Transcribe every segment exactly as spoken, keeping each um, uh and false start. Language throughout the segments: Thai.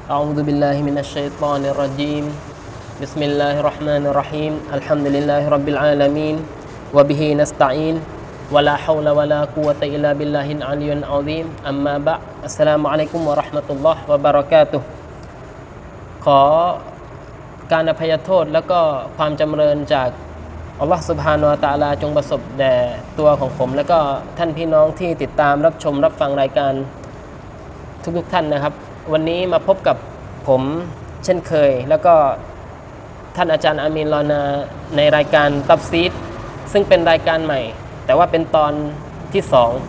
أعوذ بالله من الشيطان الرجيم بسم الله الرحمن الرحيم الحمد لله رب العالمين وبه نستعين ولا حول ولا قوة إلا بالله العلي العظيم أما بعد السلام عليكم ورحمة الله وبركاته ขอการอภัยโทษและก็ความจำเริญจากอัลลอฮฺซุบฮานะฮูวะตะอาลาจงประสบแด่ตัวของผมและก็ท่านพี่น้องที่ติดตามรับชมรับฟังรายการทุกๆท่านนะครับวันนี้มาพบกับผมเช่นเคยแล้วก็ท่านอาจารย์อามีนลอนาในรายการตัฟซีรซึ่งเป็นรายการใหม่แต่ว่าเป็นตอนที่สอง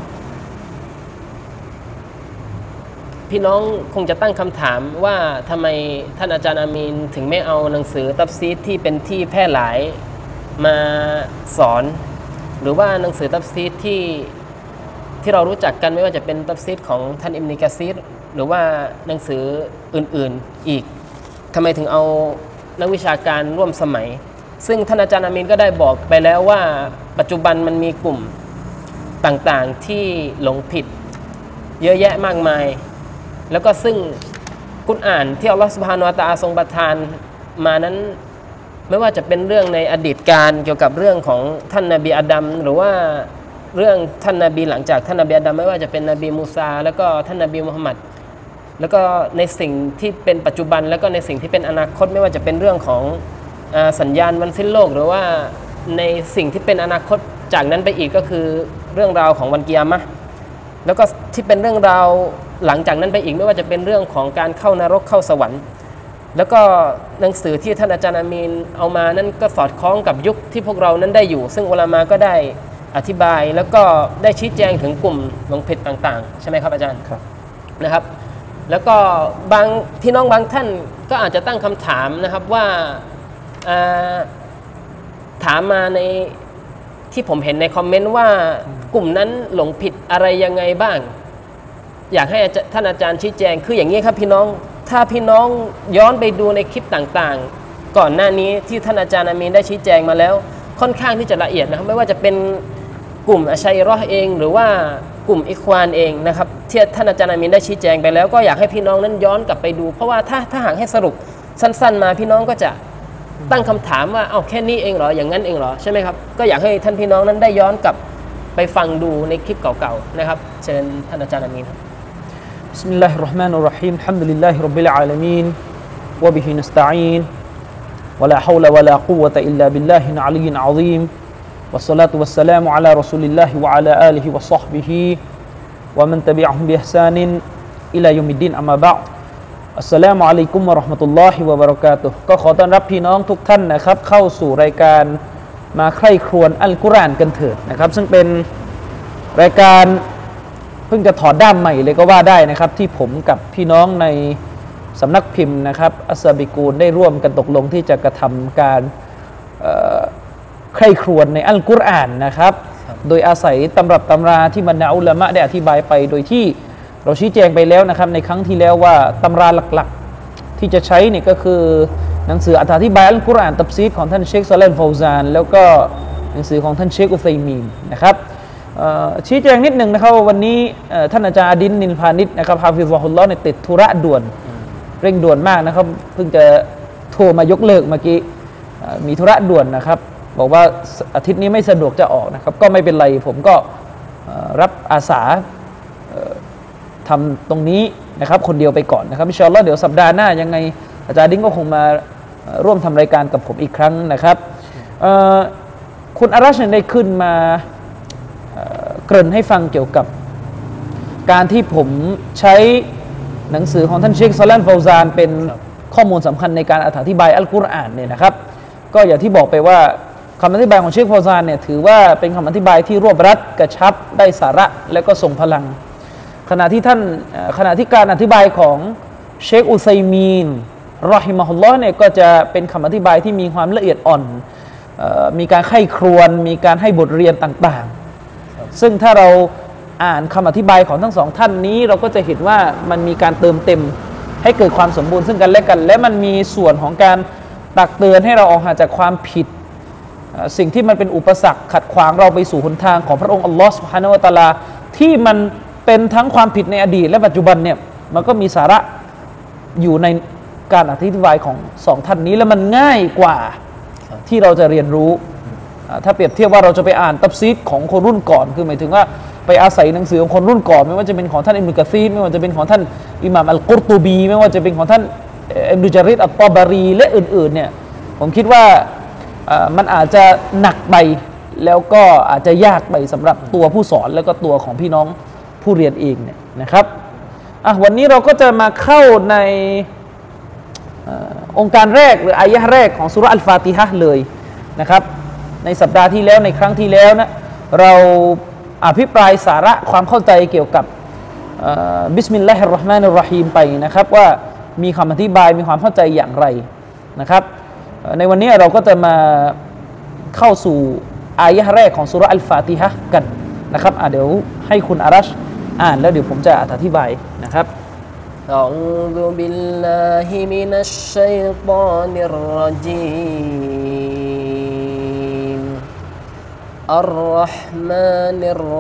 พี่น้องคงจะตั้งคำถามว่าทำไมท่านอาจารย์อามีนถึงไม่เอาหนังสือตัฟซีรที่เป็นที่แพร่หลายมาสอนหรือว่าหนังสือตัฟซีรที่ที่เรารู้จักกันไม่ว่าจะเป็นตัฟซีรของท่านอิบนุกะซีรหรือว่าหนังสืออื่นๆอีกทำไมถึงเอานักวิชาการร่วมสมัยซึ่งท่านอาจารย์อามีนก็ได้บอกไปแล้วว่าปัจจุบันมันมีกลุ่มต่างๆที่หลงผิดเยอะแยะมากมายแล้วก็ซึ่งกุรอานที่อัลลอฮฺซุบฮานะฮูวะตะอาลาทรงประทานมานั้นไม่ว่าจะเป็นเรื่องในอดีตการเกี่ยวกับเรื่องของท่านนบีอาดัมหรือว่าเรื่องท่านนบีหลังจากท่านนบีอาดัมไม่ว่าจะเป็นนบีมูซาแล้วก็ท่านนบีมุฮัมมัดแล้วก็ในสิ่งที่เป็นปัจจุบันแล้วก็ในสิ่งที่เป็นอนาคตไม่ว่าจะเป็นเรื่องของสัญญาณวันสิ้นโลกหรือว่าในสิ่งที่เป็นอนาคตจากนั้นไปอีกก็คือเรื่องราวของวันกิยามะห์แล้วก็ที่เป็นเรื่องราวหลังจากนั้นไปอีกไม่ว่าจะเป็นเรื่องของการเข้านรกเข้าสวรรค์แล้วก็หนังสือที่ท่านอาจารย์อามีนเอามานั้นก็สอดคล้องกับยุคที่พวกเรานั้นได้อยู่ซึ่งอุลามะก็ได้อธิบายแล้วก็ได้ชี้แจงถึงกลุ่มหลงผิดต่างๆใช่ไหมครับอาจารย์ครับนะครับแล้วก็บางพี่น้องบางท่านก็อาจจะตั้งคำถามนะครับว่าถามมาในที่ผมเห็นในคอมเมนต์ว่ากลุ่มนั้นหลงผิดอะไรยังไงบ้างอยากให้ท่านอาจารย์ชี้แจงคืออย่างนี้ครับพี่น้องถ้าพี่น้องย้อนไปดูในคลิปต่างๆก่อนหน้านี้ที่ท่านอาจารย์อามีนได้ชี้แจงมาแล้วค่อนข้างที่จะละเอียดนะครับไม่ว่าจะเป็นกลุ่มอัชชัยเราะห์เองหรือว่ากลุ่มอิควานเองนะครับที่ท่านอาจารย์อามีนได้ชี้แจงไปแล้วก็อยากให้พี่น้องนั้นย้อนกลับไปดูเพราะว่าถ้าถ้าหากให้สรุปสั้นๆมาพี่น้องก็จะตั้งคำถามว่าเอ้าแค่นี้เองเหรออย่างนั้นเองเหรอใช่ไหมครับก็อยากให้ท่านพี่น้องนั้นได้ย้อนกลับไปฟังดูในคลิปเก่าๆนะครับเชิญท่านอาจารย์อามีน بسم الله الرحمن الرحيم الحمد لله رب العالمين وبه نستعين ولا حول ولا قوة إلا بالله العلي العظيم والصلاة والسلام على رسول الله وعلى آله وصحبه ومن تبعهم بإحسان إلى يوم الدين أما بعد السلام عليكم ورحمة الله وبركاته ก็ขอต้อนรับพี่น้องทุกท่านนะครับเข้าสู่รายการมาใคร่ครวญอัลกุรอานกันเถิดนะครับซึ่งเป็นรายการเพิ่งจะถอดด้ามใหม่เลยก็ว่าได้นะครับที่ผมกับพี่น้องในสำนักพิมพ์นะครับอัสซาบิกูนได้ร่วมกันตกลงที่จะกระทำการใคร่ครวญในอัลกุรอานนะครับโดยอาศัยตำรับตำราที่บรรดาอุลามะได้อธิบายไปโดยที่เราชี้แจงไปแล้วนะครับในครั้งที่แล้วว่าตำราหลักๆที่จะใช้เนี่ยก็คือหนังสืออธิบายอัลกุรอานตัฟซีรของท่านเชคซอเลห์ ฟาวซานแล้วก็หนังสือของท่านเชคอุซัยมีนนะครับชี้แจงนิดหนึ่งนะครับวันนี้ท่านอาจารย์อดินนินพานิชนะครับฮาฟิซะฮุลลอฮ์เนี่ยติดธุระด่วนเร่งด่วนมากนะครับเพิ่งจะโทรมายกเลิกเมื่อกี้มีธุระด่วนนะครับบอกว่าอาทิตย์นี้ไม่สะดวกจะออกนะครับก็ไม่เป็นไรผมก็รับอาสาทำตรงนี้นะครับคนเดียวไปก่อนนะครับอินชาอัลลอฮ์เดี๋ยวสัปดาห์หน้ายังไงอาจารย์ดิ้งก็คงมาร่วมทำรายการกับผมอีกครั้งนะครับคุณอารัชได้ขึ้นมาเกริ่นให้ฟังเกี่ยวกับการที่ผมใช้หนังสือของท่านเชคซอเลห์ ฟาวซานเป็นข้อมูลสำคัญในการอธิบายอัลกุรอานเนี่ยนะครับก็อย่างที่บอกไปว่าคำอธิบายของเชค ฟาวซานเนี่ยถือว่าเป็นคำอธิบายที่รวบรัดกระชับได้สาระและก็ทรงพลังขณะที่ท่านขณะที่การอธิบายของเชคอุซัยมีนรอฮิมะฮุลลอฮ์เนี่ยก็จะเป็นคำอธิบายที่มีความละเอียดอ่อนมีการไข้ครวญมีการให้บทเรียนต่างๆซึ่งถ้าเราอ่านคำอธิบายของทั้งสองท่านนี้เราก็จะเห็นว่ามันมีการเติมเต็มให้เกิดความสมบูรณ์ซึ่งกันและกันและมันมีส่วนของการตักเตือนให้เราออกห่างจากความผิดสิ่งที่มันเป็นอุปสรรคขัดขวางเราไปสู่หนทางของพระองค์อัลลอฮฺซุบฮานะฮูวะตะอาลาที่มันเป็นทั้งความผิดในอดีตและปัจจุบันเนี่ยมันก็มีสาระอยู่ในการอธิบายของสองท่านนี้แล้วมันง่ายกว่าที่เราจะเรียนรู้ถ้าเปรียบเทียบว่าเราจะไปอ่านตัฟซีรของคนรุ่นก่อนคือหมายถึงว่าไปอาศัยหนังสือของคนรุ่นก่อนไม่ว่าจะเป็นของท่านอิบนุกะซีรไม่ว่าจะเป็นของท่านอิหม่ามอัลกุรตุบีไม่ว่าจะเป็นของท่านอิบนุญะรีรอัตตอบารีและอื่นๆเนี่ยผมคิดว่ามันอาจจะหนักไปแล้วก็อาจจะยากไปสำหรับตัวผู้สอนแล้วก็ตัวของพี่น้องผู้เรียนเองเนี่ยนะครับอ่ะวันนี้เราก็จะมาเข้าในองค์การแรกหรืออายะห์แรกของซูเราะห์อัลฟาติฮะห์เลยนะครับในสัปดาห์ที่แล้วในครั้งที่แล้วนะเราอภิปรายสาระความเข้าใจเกี่ยวกับบิสมิลลาฮิรเราะห์มานิรเราะฮีมไปนะครับว่ามีคำอธิบายมีความเข้าใจอย่างไรนะครับในวันนี้เราก็จะมาเข้าสู่อายะห์แรกของซูเราะห์อัลฟาติฮะห์กันนะครับเดี๋ยวให้คุณอารัชอ่านแล้วเดี๋ยวผมจะอธิบายนะครับ أعوذ بالله من الشيطان الرجيم الرحمن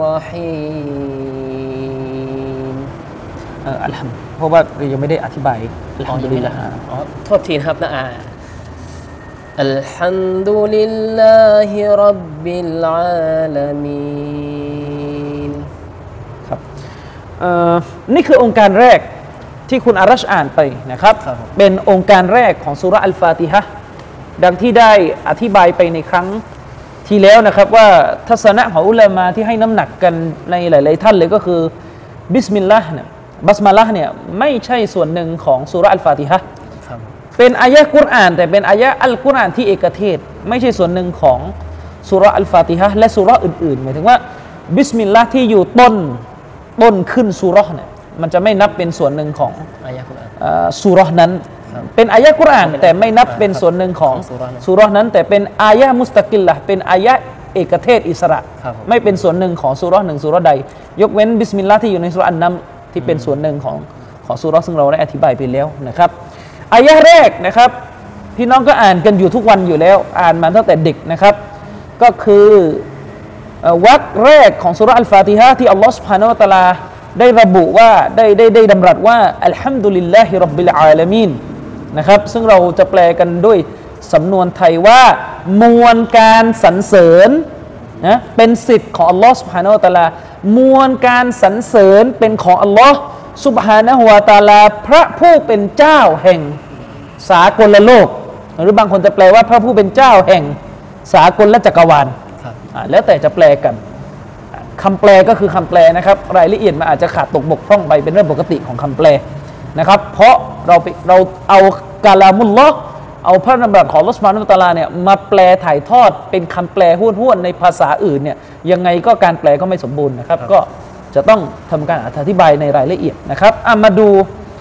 الرحيم อัลฮัมดุเพราะว่าเรายังไม่ได้อธิบายอัลฮัมดุลิลลาห์อ๋อโทษทีนะครับนะอ่าอัลฮัมดุลิลลาฮิร็อบบิลอาลามีนครับนี่คือองค์การแรกที่คุณอารัชอ่านไปนะครับเป็นองค์การแรกของซูเราะห์อัลฟาติฮะห์ดังที่ได้อธิบายไปในครั้งที่แล้วนะครับว่าทัศนะของอุลามะที่ให้น้ำหนักกันในหลายๆท่านเลยก็คือบิสมิลลาห์เนี่ยบัสมาละห์เนี่ยไม่ใช่ส่วนหนึ่งของซูเราะห์อัลฟาติฮะห์เป็นอายะห์กุรอานแต่เป็นอายะห์อัลกุรอานที่เอกเทศไม่ใช่ส่วนหนึ่งของซูเราะห์อัลฟาติฮะห์และซูเราะห์อื่นๆหมายถึงว่าบิสมิลลาห์ที่อยู่ต้นต้นขึ้นซูเราะห์เนี่ยมันจะไม่นับเป็นส่วนหนึ่งของอายะห์กุรอานซูเราะห์นั้นเป็นอายะห์กุรอานแต่ไม่นับเป็นส่วนหนึ่งของซูเราะห์นั้นแต่เป็นอายะห์มุสตะกิลละห์เป็นอายะห์เอกเทศอิสระไม่เป็นส่วนหนึ่งของซูเราะห์หนึ่งซูเราะห์ใดยกเว้นบิสมิลลาห์ที่อยู่ในซูเราะห์อันนัมที่เป็นส่วนหนึ่งของของซูเราะห์ซึ่งเราได้อธิบายไปแล้วนะครับอายะห์แรกนะครับพี่น้องก็อ่านกันอยู่ทุกวันอยู่แล้วอ่านมาตั้งแต่เด็กนะครับก็คือวรรคแรกของซูเราะห์อัลฟาติฮะห์ที่อัลลอฮฺซุบฮานะฮูวะตะอาลาได้ระบุว่าได้ได้ได้ดำรัสว่าอัลฮัมดุลิลลาฮิร็อบบิลอาลามีนนะครับซึ่งเราจะแปลกันด้วยสำนวนไทยว่ามวลการสรรเสริญนะเป็นสิทธิ์ของอัลลอฮฺซุบฮานะฮูวะตะอาลามวลการสรรเสริญเป็นของอัลลอฮฺซุบฮานะฮูวะตะอาลาพระผู้เป็นเจ้าแห่งสากลโลกหรือบางคนจะแปลว่าพระผู้เป็นเจ้าแห่งสากลและจักรวาลแล้วแต่จะแปลกันคำแปลก็คือคำแปลนะครับรายละเอียดมันอาจจะขาดตกบกพร่องไปเป็นเรื่องปกติของคำแปลนะครับเพราะเราเราเอากาลามุลลอฮ์เอาพระดำรัสของอัลเลาะห์ซุบฮานะฮูวะตะอาลาเนี่ยมาแปลถ่ายทอดเป็นคำแปลห้วนๆในภาษาอื่นเนี่ยยังไงก็การแปลก็ไม่สมบูรณ์นะครับก็จะต้องทำการอธิบายในรายละเอียดนะครับอ่ะมาดู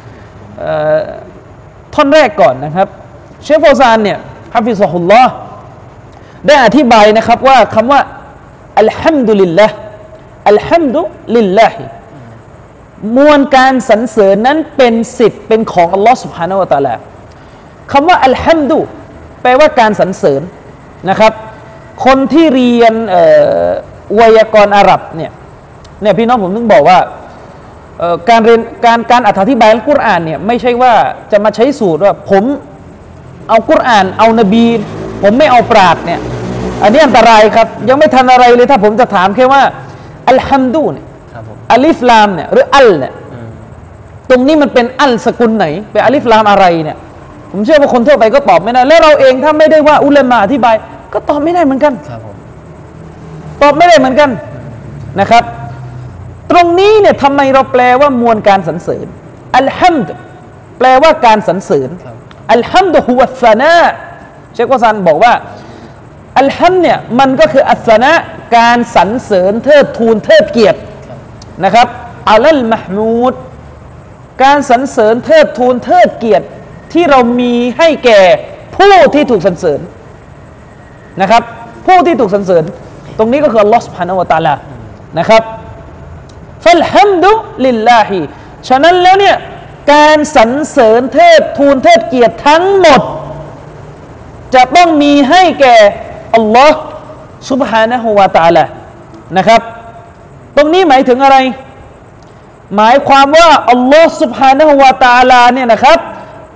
ท่อนแรกก่อนนะครับเชฟฟาวซานเนี่ยฮะฟิซะฮุลลอฮ์ได้อธิบายนะครับว่าคำว่าอัลฮัมดุลิลลาห์อัลฮัมดุลิลลาฮิมวลการสรรเสริญนั้นเป็นสิทธิ์เป็นของอัลลอฮ์ سبحانه และ تعالى คำว่าอัลฮัมดุแปลว่าการสรรเสริญนะครับคนที่เรียนไวยากรณ์อาหรับเนี่ยเนี่ยพี่น้องผมต้องบอกว่าการเรียนการการอธิบายอัลกุรอานเนี่ยไม่ใช่ว่าจะมาใช้สูตรว่าผมเอากุรอานเอานบีผมไม่เอาปราชญ์เนี่ยอันนี้อันตรายครับยังไม่ทันอะไรเลยถ้าผมจะถามแค่ว่าอัลฮัมดุเนี่ยอัลิฟลามเนี่ยหรืออัลเนี่ยตรงนี้มันเป็นอัลสกุลไหนเป็นอัลิฟลามอะไรเนี่ยผมเชื่อว่าคนทั่วไปก็ตอบไม่ได้แล้วเราเองถ้าไม่ได้ว่าอุลามะอธิบายก็ตอบไม่ได้เหมือนกันตอบไม่ได้เหมือนกันนะครับตรงนี้เนี่ยทำไมเราแปลว่ามวลการสรรเสริญอัลฮัมดแปลว่าการสรรเสริญอัลฮัมดุฮุวัสซะนาเชควัซันบอกว่าอัลฮัมเนี่ยมันก็คืออัสซะนะการสรรเสริญเทิดทูนเทิดเกียรตินะครับอัลลมะห์มูดการสรรเสริญเทิดทูนเทิดเกียรติที่เรามีให้แก่ผู้ที่ถูกสรรเสริญนะครับผู้ที่ถูกสรรเสริญตรงนี้ก็คืออัลลอฮฺซุบฮานะฮูวะตะอาลานะครับฟัลฮัมดุลิลลาฮิฉะนั้นแล้วเนี่ยการสรรเสริญเทิดทูนเทิดเกียรติทั้งหมดจะต้องมีให้แก่อัลลอฮฺซุบฮานะฮูวะตะอาลานะครับตรงนี้หมายถึงอะไรหมายความว่าอัลลอฮฺซุบฮานะฮูวะตะอาลาเนี่ยนะครับ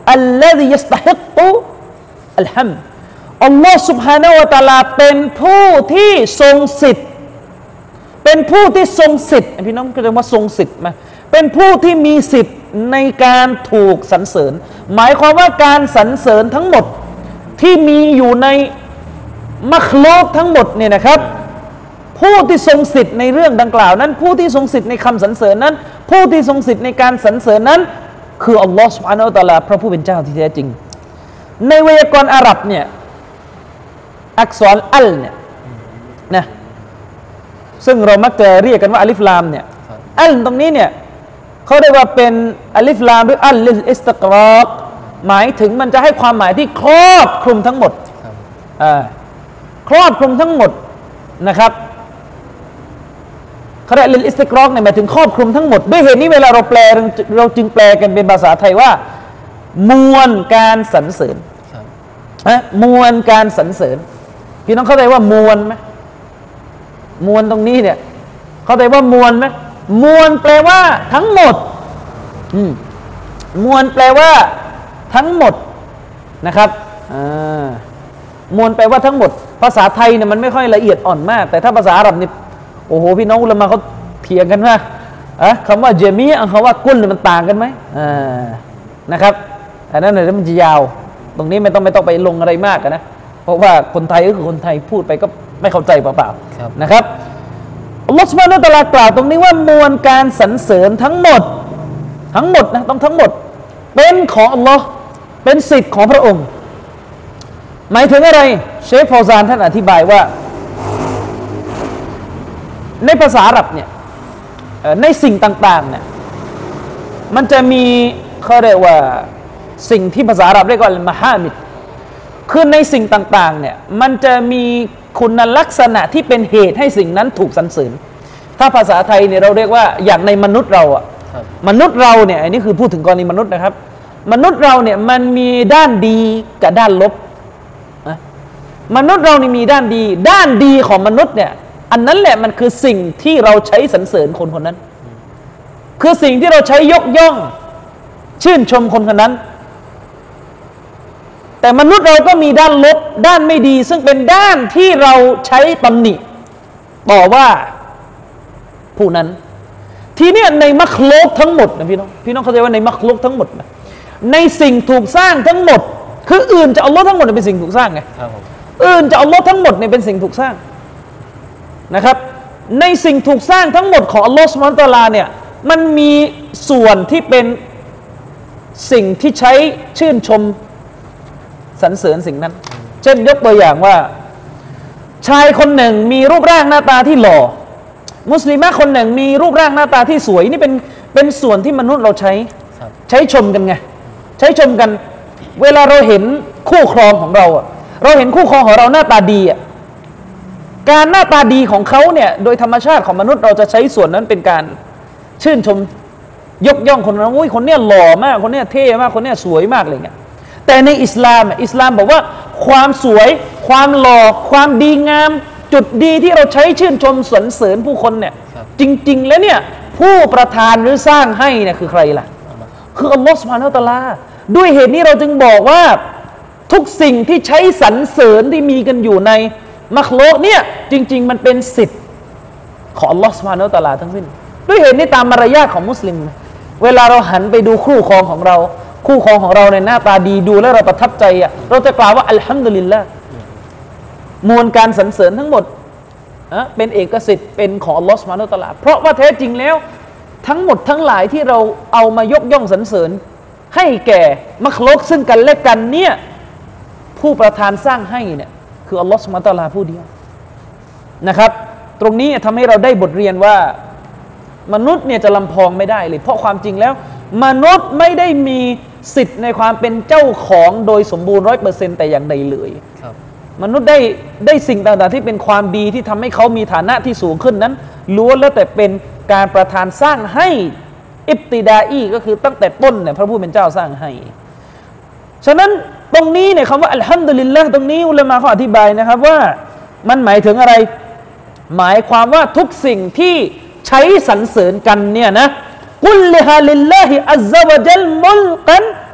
อัลลอฮิยัสตะฮิกตุอัลฮัมอัลลอฮ์ سبحانه และ تعالى เป็นผู้ที่ทรงสิทธิ์เป็นผู้ที่ทรงสิทธิ์พี่น้องเข้าใจว่าทรงสิทธิ์ไหมเป็นผู้ที่มีสิทธิ์ในการถูกสรรเสริญหมายความว่าการสรรเสริญทั้งหมดที่มีอยู่ในมัคลุกทั้งหมดเนี่ยนะครับผู้ที่ทรงสิทธิ์ในเรื่องดังกล่าวนั้นผู้ที่ทรงสิทธิ์ในคำสรรเสริญนั้นผู้ที่ทรงสิทธิ์ในการสรรเสริญนั้นคืออัลลอฮ์ سبحانه และ تعالى พระผู้เป็นเจ้าที่แท้จริงในไวยากรณ์อาหรับเนี่ยอักษรอัลเนี่ยนะซึ่งเรามักจะเรียกกันว่าอัลิฟลามเนี่ยอัลตรงนี้เนี่ยเขาเรียกว่าเป็นอัลิฟลามหรืออัลลิลอิสติกรอกหมายถึงมันจะให้ความหมายที่ครอบคลุมทั้งหมดอ่าครอบคลุมทั้งหมดนะครับเขาเรียกลิลอิสติกรอกเนี่ยหมายถึงครอบคลุมทั้งหมดด้วยเหตุนี้เวลาเราแปลเราจึงแปลกันเป็นภาษาไทยว่ามวลการสรรเสริญนะมวลการสรรเสริญพี่น้องเข้าใจว่ามวลไหมมวลตรงนี้เนี่ยเข้าใจว่ามวลไหมมวลแปลว่าทั้งหมดอืมมวลแปลว่าทั้งหมดนะครับอ่ามวลแปลว่าทั้งหมดภาษาไทยเนี่ยมันไม่ค่อยละเอียดอ่อนมากแต่ถ้าภาษาอาหรับนี่โอ้โหพี่น้องอุลามะเขาเถียงกันว่าอะคำว่าเจมีอะคำว่ากุลมันต่างกันไหมอ่านะครับอันนั้นเนี่ยมันจะยาวตรงนี้ไม่ต้องไม่ต้องไปลงอะไรมากนะเพราะว่าคนไทยก็คือคนไทยพูดไปก็ไม่เข้าใจเปล่าๆนะครับอัลลอฮฺซุบฮานะฮูวะตะอาลากล่าวตรงนี้ว่ามวลการสรรเสริญทั้งหมดทั้งหมดนะต้องทั้งหมดเป็นของอัลลอฮ์เป็นสิทธิ์ของพระองค์หมายถึงอะไรเชฟฟาวซานท่านอธิบายว่าในภาษาอาหรับเนี่ยในสิ่งต่างๆเนี่ยมันจะมีเขาเรียกว่าสิ่งที่ภาษาอาหรับเรียกว่ามหามิดคือในสิ่งต่างๆเนี่ยมันจะมีคุณลักษณะที่เป็นเหตุให้สิ่งนั้นถูกสรรเสริญถ้าภาษาไทยเนี่ยเราเรียกว่าอย่างในมนุษย์เราอะมนุษย์เราเนี่ยอันนี้คือพูดถึงกรณีมนุษย์นะครับมนุษย์เราเนี่ยมันมีด้านดีกับด้านลบนะมนุษย์เรานี่มีด้านดีด้านดีของมนุษย์เนี่ยอันนั้นแหละมันคือสิ่งที่เราใช้สรรเสริญคนคนนั้นคือสิ่งที่เราใช้ยกย่องชื่นชมคนคนนั้นแต่มนุษย์เราก็มีด้านลบด้านไม่ดีซึ่งเป็นด้านที่เราใช้ตำหนิต่อว่าผู้นั้นทีนี้ในมัคลุกทั้งหมดนะพี่น้องพี่น้องเข้าใจว่าในมัคลุกทั้งหมดนะในสิ่งถูกสร้างทั้งหมดคืออื่นจากอัลลอฮ์ทั้งหมดเป็นสิ่งถูกสร้างไงอื่นจากอัลลอฮ์ทั้งหมดเนี่ยเป็นสิ่งถูกสร้างนะครับในสิ่งถูกสร้างทั้งหมดของอัลลอฮ์ซุบฮานะฮูวะตะอาลาเนี่ยมันมีส่วนที่เป็นสิ่งที่ใช้ชื่นชมสรรเสริญสิ่งนั้นเช่นยกตัวอย่างว่าชายคนหนึ่งมีรูปร่างหน้าตาที่หล่อมุสลิมะคนหนึ่งมีรูปร่างหน้าตาที่สวยนี่เป็นเป็นส่วนที่มนุษย์เราใช้ใช้ชมกันไงใช้ชมกันเวลาเราเห็นคู่ครองของเราอะเราเห็นคู่ครองของเราหน้าตาดีอะการหน้าตาดีของเขาเนี่ยโดยธรรมชาติของมนุษย์เราจะใช้ส่วนนั้นเป็นการชื่นชมยกย่องคนนั้นอุ้ยคนเนี้ยหล่อมากคนเนี้ยเท่มากคนเนี้ยสวยมากอะไรเงี้ยแต่ในอิสลามอิสลามบอกว่าความสวยความหล่อความดีงามจุดดีที่เราใช้ชื่นชมสรรเสริญผู้คนเนี่ยจริงๆแล้วเนี่ยผู้ประทานหรือสร้างให้เนี่ยคือใครล่ะคืออัลลอฮฺซุบฮานะฮูวะตะอาลาด้วยเหตุนี้เราจึงบอกว่าทุกสิ่งที่ใช้สรรเสริญที่มีกันอยู่ในมัคลุกเนี่ยจริงๆมันเป็นสิทธิ์ของอัลลอฮฺซุบฮานะฮูวะตะอาลาทั้งสิ้นด้วยเหตุนี้ตามมารยาทของมุสลิมเวลาเราหันไปดูคู่ครองของเราคู่ครองของเราในหน้าตาดีดูแล้วเราประทับใจอ่ะเราจะกล่าวว่าอัลฮัมดุลิลละห์มวลการสรรเสริญทั้งหมดอ่ะเป็นเอกสิทธิ์เป็นของอัลลอฮฺซุบฮานะฮูวะตะอาลาเพราะว่าแท้จริงแล้วทั้งหมดทั้งหลายที่เราเอามายกย่องสรรเสริญให้แก่มัคลุกซึ่งกันและกันเนี่ยผู้ประทานสร้างให้เนี่ยคืออัลลอฮฺซุบฮานะฮูวะตะอาลาผู้เดียวนะครับตรงนี้ทำให้เราได้บทเรียนว่ามนุษย์เนี่ยจะลำพองไม่ได้เลยเพราะความจริงแล้วมนุษย์ไม่ได้มีสิทธิ์ในความเป็นเจ้าของโดยสมบูรณ์ร้อยเปอร์เซ็นต์แต่อย่างใดเลยมนุษย์ได้ได้สิ่งต่างๆที่เป็นความดีที่ทำให้เขามีฐานะที่สูงขึ้นนั้นล้วนแล้วแต่เป็นการประทานสร้างให้อิบติดาอีก็คือตั้งแต่ต้นเนี่ยพระผู้เป็นเจ้าสร้างให้ฉะนั้นตรงนี้เนี่ยคำว่าอัลฮัมดุลิลละห์ตรงนี้อุลามะเขาอธิบายนะครับว่ามันหมายถึงอะไรหมายความว่าทุกสิ่งที่ใช้สรรเสริญกันเนี่ยนะกุลลิฮาลิลลาฮิอัซซะวะญัลมุลกัน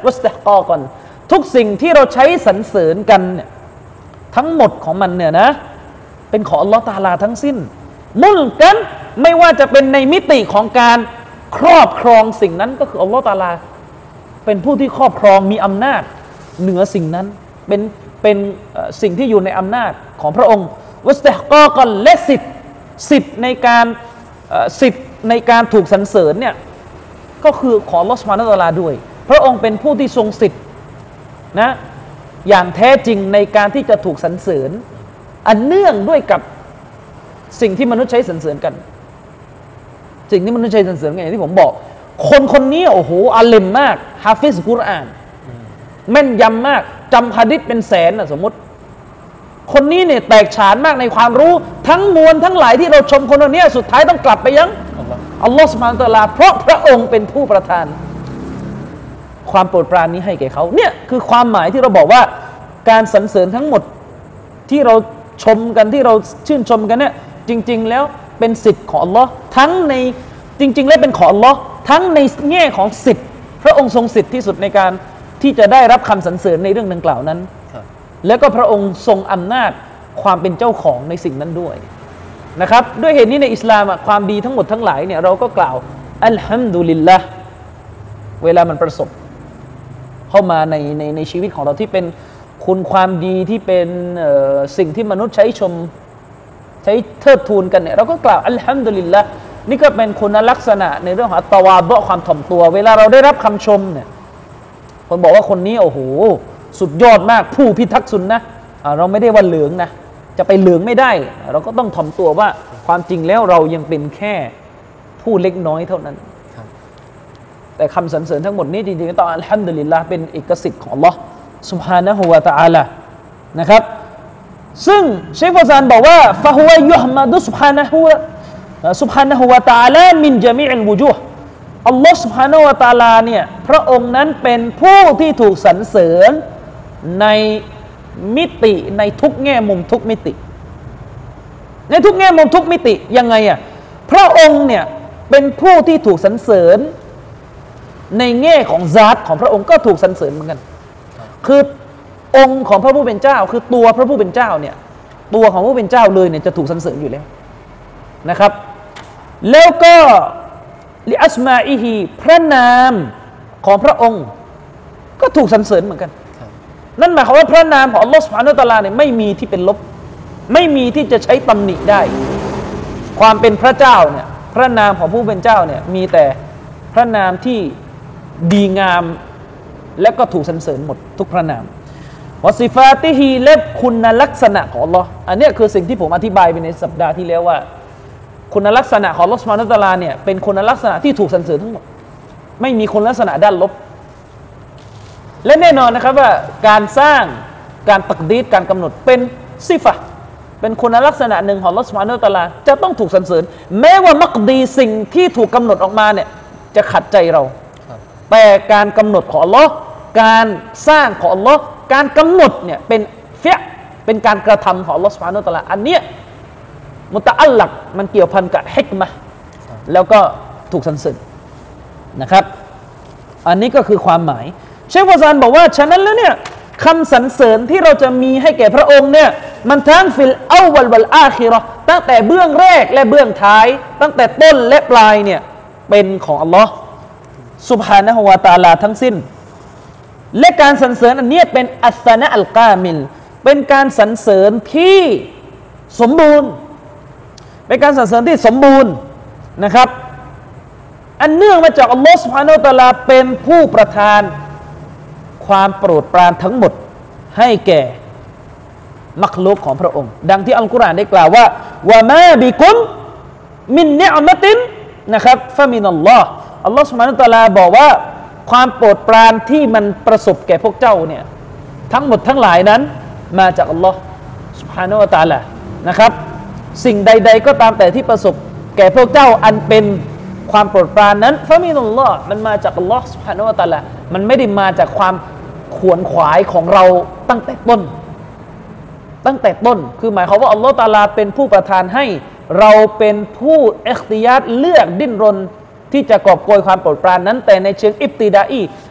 วัสติฮกอกันทุกสิ่งที่เราใช้สรรเสริญกันเนี่ยทั้งหมดของมันเนี่ยนะเป็นของอัลลอฮฺตะอาลาทั้งสิ้นมุลกันไม่ว่าจะเป็นในมิติของการครอบครองสิ่งนั้นก็คืออัลลอฮฺตะอาลาเป็นผู้ที่ครอบครองมีอำนาจเหนือสิ่งนั้นเป็นเป็นสิ่งที่อยู่ในอำนาจของพระองค์วัสติฮกอกันและสิทธิ์สิทธิ์ในการสิทธิ์ในการถูกสรรเสริญเนี่ยก็คือของอัลลอฮฺซุบฮานะฮูวะตะอาลาด้วยพระองค์เป็นผู้ที่ทรงสิทธิ์นะอย่างแท้จริงในการที่จะถูกสรรเสริญอันเนื่องด้วยกับสิ่งที่มนุษย์ใช้สรรเสริญกันสิ่งที่มนุษย์ใช้สรรเสริญกันอย่างที่ผมบอกคนคนนี้โอ้โหอาลิมมากฮาฟิซกุรอานแม่นยำมากจำหะดีษเป็นแสนนะสมมติคนนี้เนี่ยแตกฉานมากในความรู้ทั้งมวลทั้งหลายที่เราชมคนคนนี้สุดท้ายต้องกลับไปยังอัลลอฮฺซุบฮานะฮูวะตะอาลาเพราะพระองค์เป็นผู้ประทานความโปรดปรานนี้ให้แก่เขาเนี่ยคือความหมายที่เราบอกว่าการสรรเสริญทั้งหมดที่เราชมกันที่เราชื่นชมกันเนี่ยจริงๆแล้วเป็นสิทธิ์ของอัลลอฮ์ทั้งในจริงๆแล้วเป็นของอัลลอฮ์ทั้งในแง่ของสิทธิ์พระองค์ทรงสิทธิ์ที่สุดในการที่จะได้รับคำสรรเสริญในเรื่องดังกล่าวนั้นแล้วก็พระองค์ทรงอำนาจความเป็นเจ้าของในสิ่งนั้นด้วยนะครับด้วยเหตุนี้ในอิสลามความดีทั้งหมดทั้งหลายเนี่ยเราก็กล่าวอัลฮัมดุลิลละห์เวลามันประสบเข้ามาในในในชีวิตของเราที่เป็นคุณความดีที่เป็นสิ่งที่มนุษย์ใช้ชมใช้เทิดทูนกันเนี่ยเราก็กล่าวอัลฮัมดุลิลละห์นี่ก็เป็นคุณลักษณะในเรื่องของตะวาบะความถ่อมตัวเวลาเราได้รับคำชมเนี่ยคนบอกว่าคนนี้โอ้โหสุดยอดมากผู้พิทักษ์สุนนะเราไม่ได้ว่าเหลืองนะจะไปเหลืองไม่ได้เราก็ต้องถ่อมตัวว่าความจริงแล้วเรายังเป็นแค่ผู้เล็กน้อยเท่านั้นแต่คำสรรเสริญทั้งหมดนี้จริงๆต้องอัลฮัมดุลิลละห์เป็นเอกสิทธิ์ของอัลลอฮ์ซุบฮานะฮูวะตะอาลานะครับซึ่งเชคฟาซานบอกว่าฟะฮุวะยุฮมัดุซุบฮานะฮูซุบฮานะฮูวะตะอาลามินญะมีอิลวุจูฮ์อัลลอฮ์ซุบฮานะฮูวะตะอาลาเนี่ยพระองค์นั้นเป็นผู้ที่ถูกสรรเสริญในมิติในทุกแง่มุมทุกมิติในทุกแง่มุมทุกมิติยังไงอ่ะพระองค์เนี่ยเป็นผู้ที่ถูกสรรเสริญในแง่ของญาติของพระองค์ก็ถูกสรรเสริญเหมือนกันคือองค์ของพระผู้เป็นเจ้าคือตัวพระผู้เป็นเจ้าเนี่ยตัวของพระผู้เป็นเจ้าเลยเนี่ยจะถูกสรรเสริญอยู่แล้วนะครับแล้วก็ลิอัสมาอิฮีพระนามของพระองค์ก็ถูกสรรเสริญเหมือนกันนั่นหมายความว่าพระนามของอัลลอฮฺซุบฮานะฮูวะตะอาลาเนี่ยไม่มีที่เป็นลบไม่มีที่จะใช้ตำหนิได้ความเป็นพระเจ้าเนี่ยพระนามของผู้เป็นเจ้าเนี่ยมีแต่พระนามที่ดีงามและก็ถูกสรรเสริญหมดทุกพระนามวะซิฟาติฮีและคุณลักษณะของอัลลอฮ์อันนี้คือสิ่งที่ผมอธิบายไปในสัปดาห์ที่แล้วว่าคุณลักษณะของอัลลอฮ์ซุบฮานะฮูวะตะอาลาเนี่ยเป็นคุณลักษณะที่ถูกสรรเสริญทั้งหมดไม่มีคุณลักษณะด้านลบและแน่นอนนะครับว่าการสร้างการตักดีรการกำหนดเป็นซิฟะห์เป็นคุณลักษณะหนึ่งของอัลลอฮ์ซุบฮานะฮูวะตะอาลาจะต้องถูกสรรเสริญแม้ว่ามักดีสิ่งที่ถูกกำหนดออกมาเนี่ยจะขัดใจเราแต่การกำหนดของอัลลอฮ์การสร้างของอัลลอฮ์การกำหนดเนี่ยเป็นเฟียเป็นการกระทำของอัลลอฮ์ซุบฮานะฮูวะตะอาลาอันเนี้ยมุตะอัลลักมันเกี่ยวพันกับฮิกมะห์แล้วก็ถูกสรรเสริญนะครับอันนี้ก็คือความหมายเชคฟาซานบอกว่าฉะนั้นแล้วเนี่ยคำสรรเสริญที่เราจะมีให้แก่พระองค์เนี่ยมันทั้งฟิลเอาวัลวัลอาคิเราะห์ตั้งแต่เบื้องแรกและเบื้องท้ายตั้งแต่ต้นและปลายเนี่ยเป็นของอัลลอฮ์ซุบฮานะฮูวะตะอาลาทั้งสิ้นและการสรรเสริญอันนี้เป็นอัสซะนะอัลกามิลเป็นการสรรเสริญที่สมบูรณ์เป็นการสรรเสริญที่สมบูรณ์นะครับอันเนื่องมาจากอัลลอฮ์ซุบฮานะฮูวะตะอาลาเป็นผู้ประทานความโปรดปรานทั้งหมดให้แก่มักลุกของพระองค์ดังที่อัลกุรอานได้กล่าวว่าวะมาบิกุมมินนิอ์มะตินนะครับฟะมินัลลอฮ์อัลลอฮ์ซุบฮานะฮูวะตะอาลาบอกว่าความโปรดปรานที่มันประสบแก่พวกเจ้าเนี่ยทั้งหมดทั้งหลายนั้นมาจากอัลลอฮ์ซุบฮานะฮูวะตะอาลานะครับสิ่งใดๆก็ตามแต่ที่ประสบแก่พวกเจ้าอันเป็นความโปรดปรานนั้นฟะมินัลลอฮ์มันมาจากอัลลอฮ์ซุบฮานะฮูวะตะอาลามันไม่ได้มาจากความขวนขวายของเราตั้งแต่ต้นตั้งแต่ต้นคือหมายความว่าอัลลอฮ์ตะอาลาเป็นผู้ประทานให้เราเป็นผู้อิคติยาร์เลือกดิ้นรนที่จะกอบโกยความโปรดปรานนั้นแต่ในเชิงอิบติดาอี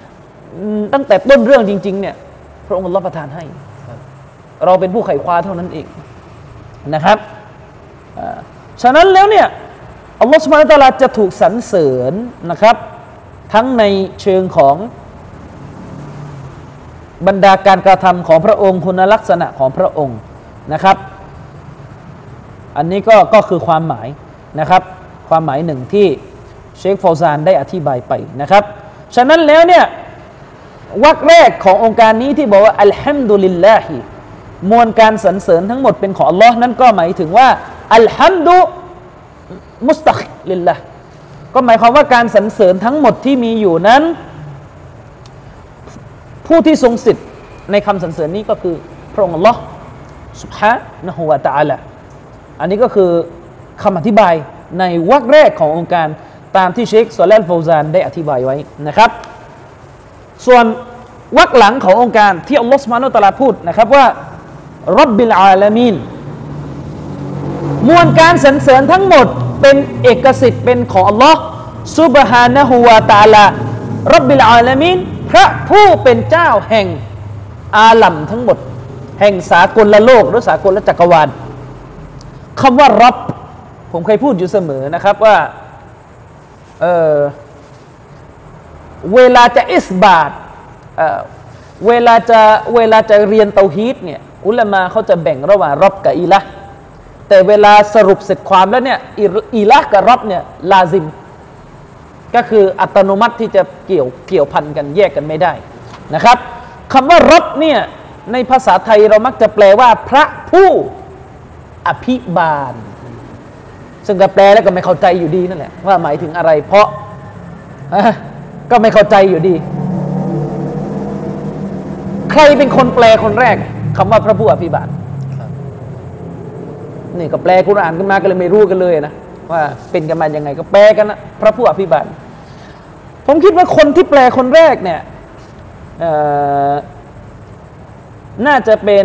ตั้งแต่ต้นเรื่องจริงๆเนี่ยพระองค์อัลเลาะห์ประทานให้เราเป็นผู้ไขคว้าเท่านั้นเองนะครับฉะนั้นแล้วเนี่ยอัลลอฮฺซุบฮานะฮูวะตะอาลาจะถูกสรรเสริญนะครับทั้งในเชิงของบรรดาการกระทำของพระองค์คุณลักษณะของพระองค์นะครับอันนี้ก็ก็คือความหมายนะครับความหมายหนึ่งที่เชคฟาวซานได้อธิบายไปนะครับฉะนั้นแล้วเนี่ยวรรคแรกขององค์การนี้ที่บอกว่าอัลฮัมดุลิลลาฮิมวลการสรรเสริญทั้งหมดเป็นของอัลลอฮ์นั่นก็หมายถึงว่าอัลฮัมดุมุสตักลิลละก็หมายความว่าการสรรเสริญทั้งหมดที่มีอยู่นั้นผู้ที่ทรงสิทธิ์ในคำสรรเสริญนี้ก็คือพระองค์อัลลอฮ์ซุบฮานะฮูวะตะอาลาอันนี้ก็คือคำอธิบายในวรรคแรกขององค์การตามที่เชคซอเลห์ อัล ฟาวซานได้อธิบายไว้นะครับส่วนวรรคหลังขององค์การที่อัลลอฮ์ซุบฮานะฮูวะตะอาลาพูดนะครับว่าร็อบบิลอาลามีนมวลการสรรเสริญทั้งหมดเป็นเอกสิทธิ์เป็นของอัลลอฮ์ซุบฮานะฮูวะตะอาลาร็อบบิลอาลามีนพระผู้เป็นเจ้าแห่งอาลัมทั้งหมดแห่งสากลโลกหรือสากลจักรวาลคำว่าร็อบผมเคยพูดอยู่เสมอนะครับว่าเออเวลาจะอิสบาตเออเวลาจะเวลาจะเรียนเตาฮีดเนี่ยอุลามะเขาจะแบ่งระหว่างร็อบกับอิละห์แต่เวลาสรุปเสร็จความแล้วเนี่ยอิละห์กับร็อบเนี่ยลาซิมก็คืออัตโนมัติที่จะเกี่ยวเกี่ยวพันกันแยกกันไม่ได้นะครับคำว่าร็อบเนี่ยในภาษาไทยเรามักจะแปลว่าพระผู้อภิบาลซึ่งก็แปลแล้วก็ไม่เข้าใจอยู่ดีนั่นแหละว่าหมายถึงอะไรเพราะก็ไม่เข้าใจอยู่ดีใครเป็นคนแปลคนแรกคำว่าพระผู้อภิบาลนี่ก็แปลกุรอานขึ้นมาก็เลยไม่รู้กันเลยนะว่าเป็นกันมายังไงก็แปลกันนะพระผู้อภิบาลผมคิดว่าคนที่แปลคนแรกเนี่ยน่าจะเป็น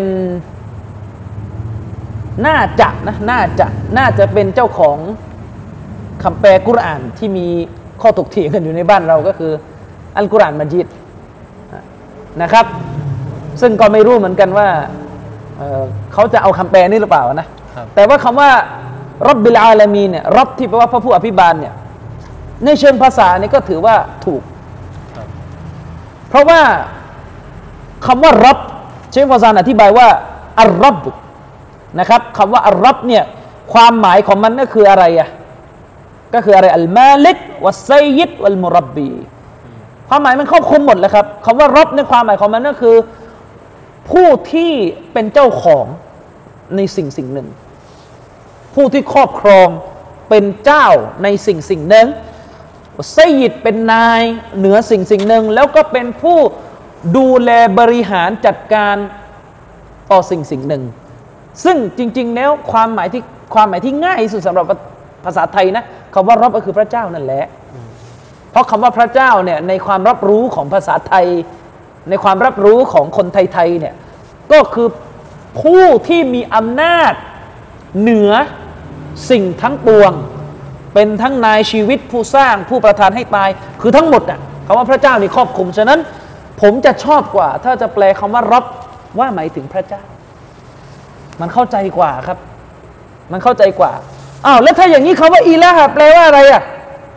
น่าจะนะน่าจะน่าจะเป็นเจ้าของคำแปลกุรอานที่มีข้อถกเถียงกันอยู่ในบ้านเราก็คืออัลกุรอานมัจีดนะครับซึ่งก็ไม่รู้เหมือนกันว่า เ, เขาจะเอาคำแปลนี้หรือเปล่านะแต่ว่าคำว่าร็อบบิลอาลามีนเนี่ยร็อบที่แปลว่าพระผู้อภิบาลเนี่ยในเชิงภาษานี่ก็ถือว่าถูกเพราะว่าคำว่าร็อบเชคฟาวซานอธิบายว่าอัลร็อบนะครับคำว่าอัลร็อบเนี่ยความหมายของมันก็คืออะไรอ่ะก็คืออะไรอัลมาลิกวัสไซยิดวัลมุรับบีความหมายมันครอบคลุมหมดเลยครับคำว่าร็อบในความหมายของมันก็คือผู้ที่เป็นเจ้าของในสิ่งสิ่งหนึ่งผู้ที่ครอบครองเป็นเจ้าในสิ่งสิ่งหนึ่งไซยิดเป็นนายเหนือสิ่งสิ่งหนึ่งแล้วก็เป็นผู้ดูแลบริหารจัดการต่อสิ่งสิ่งหนึ่งซึ่งจริงๆแล้วความหมายที่ความหมายที่ง่ายที่สุดสำหรับภาษาไทยนะคำว่าร็อบก็คือพระเจ้านั่นแหละเพราะคำว่าพระเจ้าเนี่ยในความรับรู้ของภาษาไทยในความรับรู้ของคนไทยๆเนี่ยก็คือผู้ที่มีอำนาจเหนือสิ่งทั้งปวงเป็นทั้งนายชีวิตผู้สร้างผู้ประทานให้ตายคือทั้งหมดอ่ะคำว่าพระเจ้านี่ครอบคลุมฉะนั้นผมจะชอบกว่าถ้าจะแปลคำว่าร็อบว่าหมายถึงพระเจ้ามันเข้าใจกว่าครับมันเข้าใจกว่าอ้าวแล้วถ้าอย่างนี้คำว่าอีละฮ์แปลว่าอะไรอ่ะ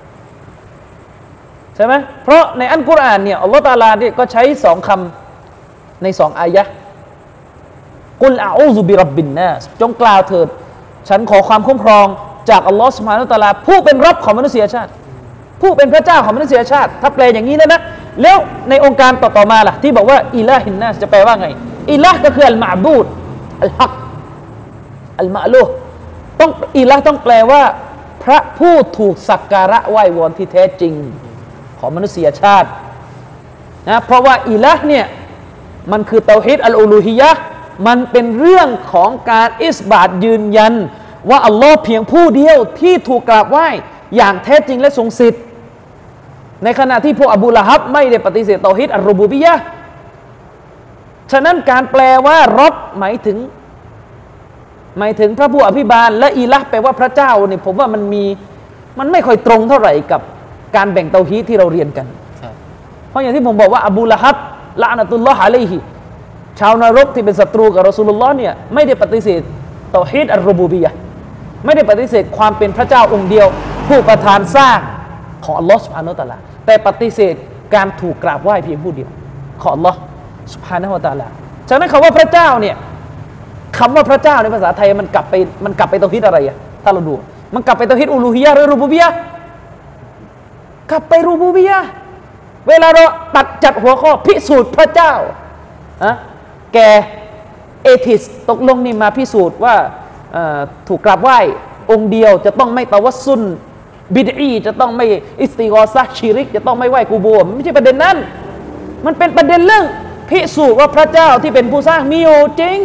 ใช่ไหมเพราะในอัลกุรอานเนี่ยอัลลอฮฺตะอาลาเนี่ยก็ใช้สองคำในสองอายะห์กุลอาอูซุบิร็อบบินนาสจงกล่าวเถิดฉันขอความคุ้มครองจากอัลลอฮฺซุบฮานะฮูวะตะอาลาผู้เป็นร็อบของมนุษยชาติผู้เป็นพระเจ้าของมนุษยชาติถ้าแปลอย่างนี้แล้วนะแล้วในองค์การต่อๆมาล่ะที่บอกว่าอิลาฮินนาสจะแปลว่าไงอิละห์ก็คืออัลมะบูดอัลฮักอัลมะลูฮ์ต้องอิละห์ต้องแปลว่าพระผู้ถูกสักการะไหว้วอนที่แท้จริงของมนุษยชาตินะเพราะว่าอิละห์เนี่ยมันคือเตาฮีดอัลอูลูฮิยะห์มันเป็นเรื่องของการอิสบาตยืนยันว่าอัลลอฮ์เพียงผู้เดียวที่ถูกกราบไหว้อย่างแท้จริงและทรงสิทธิ์ในขณะที่พวกอบูละฮับไม่ได้ปฏิเสธเตาฮีดอัลรูบูบิยะห์ฉะนั้นการแปลว่าร็อบหมายถึงหมายถึงพระผู้อภิบาลและอิละห์แปลว่าพระเจ้าเนี่ยผมว่ามันมีมันไม่ค่อยตรงเท่าไหร่กับการแบ่งเตาฮีดที่เราเรียนกันเพราะอย่างที่ผมบอกว่าอบูละฮับละอะนะตุลลอฮ์อะลัยฮิชาวนรกที่เป็นศัตรูกับรอซูลุลลอฮ์เนี่ยไม่ได้ปฏิเสธเตาฮีดอัลรุบูบียะห์ไม่ได้ปฏิเสธความเป็นพระเจ้าองค์เดียวผู้ประทานสร้างของอัลลอฮ์ซุบฮานะฮูวะตะอาลาแต่ปฏิเสธการถูกกราบไหว้เพียงผู้เดียวของอัลลอฮ์ซุบฮานะฮูวะตะอาลาฉะนั้นคำว่าพระเจ้าเนี่ยคำว่าพระเจ้าในภาษาไทยมันกลับไปมันกลับไปเตาฮีดอะไรอะถ้าเราดูมันกลับไปเตาฮีดอูลูฮียะห์หรือรูบูบียะห์กลับไปรูบูบียะห์เวลาเราตัดจัดหัวข้อพิสูจน์พระเจ้าอะแกเอทิสตกลงนี่มาพิสูจน์ว่าถูกกราบไหว้องค์เดียวจะต้องไม่ตะวัสซุนบิดอีจะต้องไม่อิสติฆอซะห์ชิริกจะต้องไม่ไหว้กูโบร์ไม่ใช่ประเด็นนั้นมันเป็นประเด็นเรื่องพิสูจน์ว่าพระเจ้าที่เป็นผู้สร้างมีอยู่จริง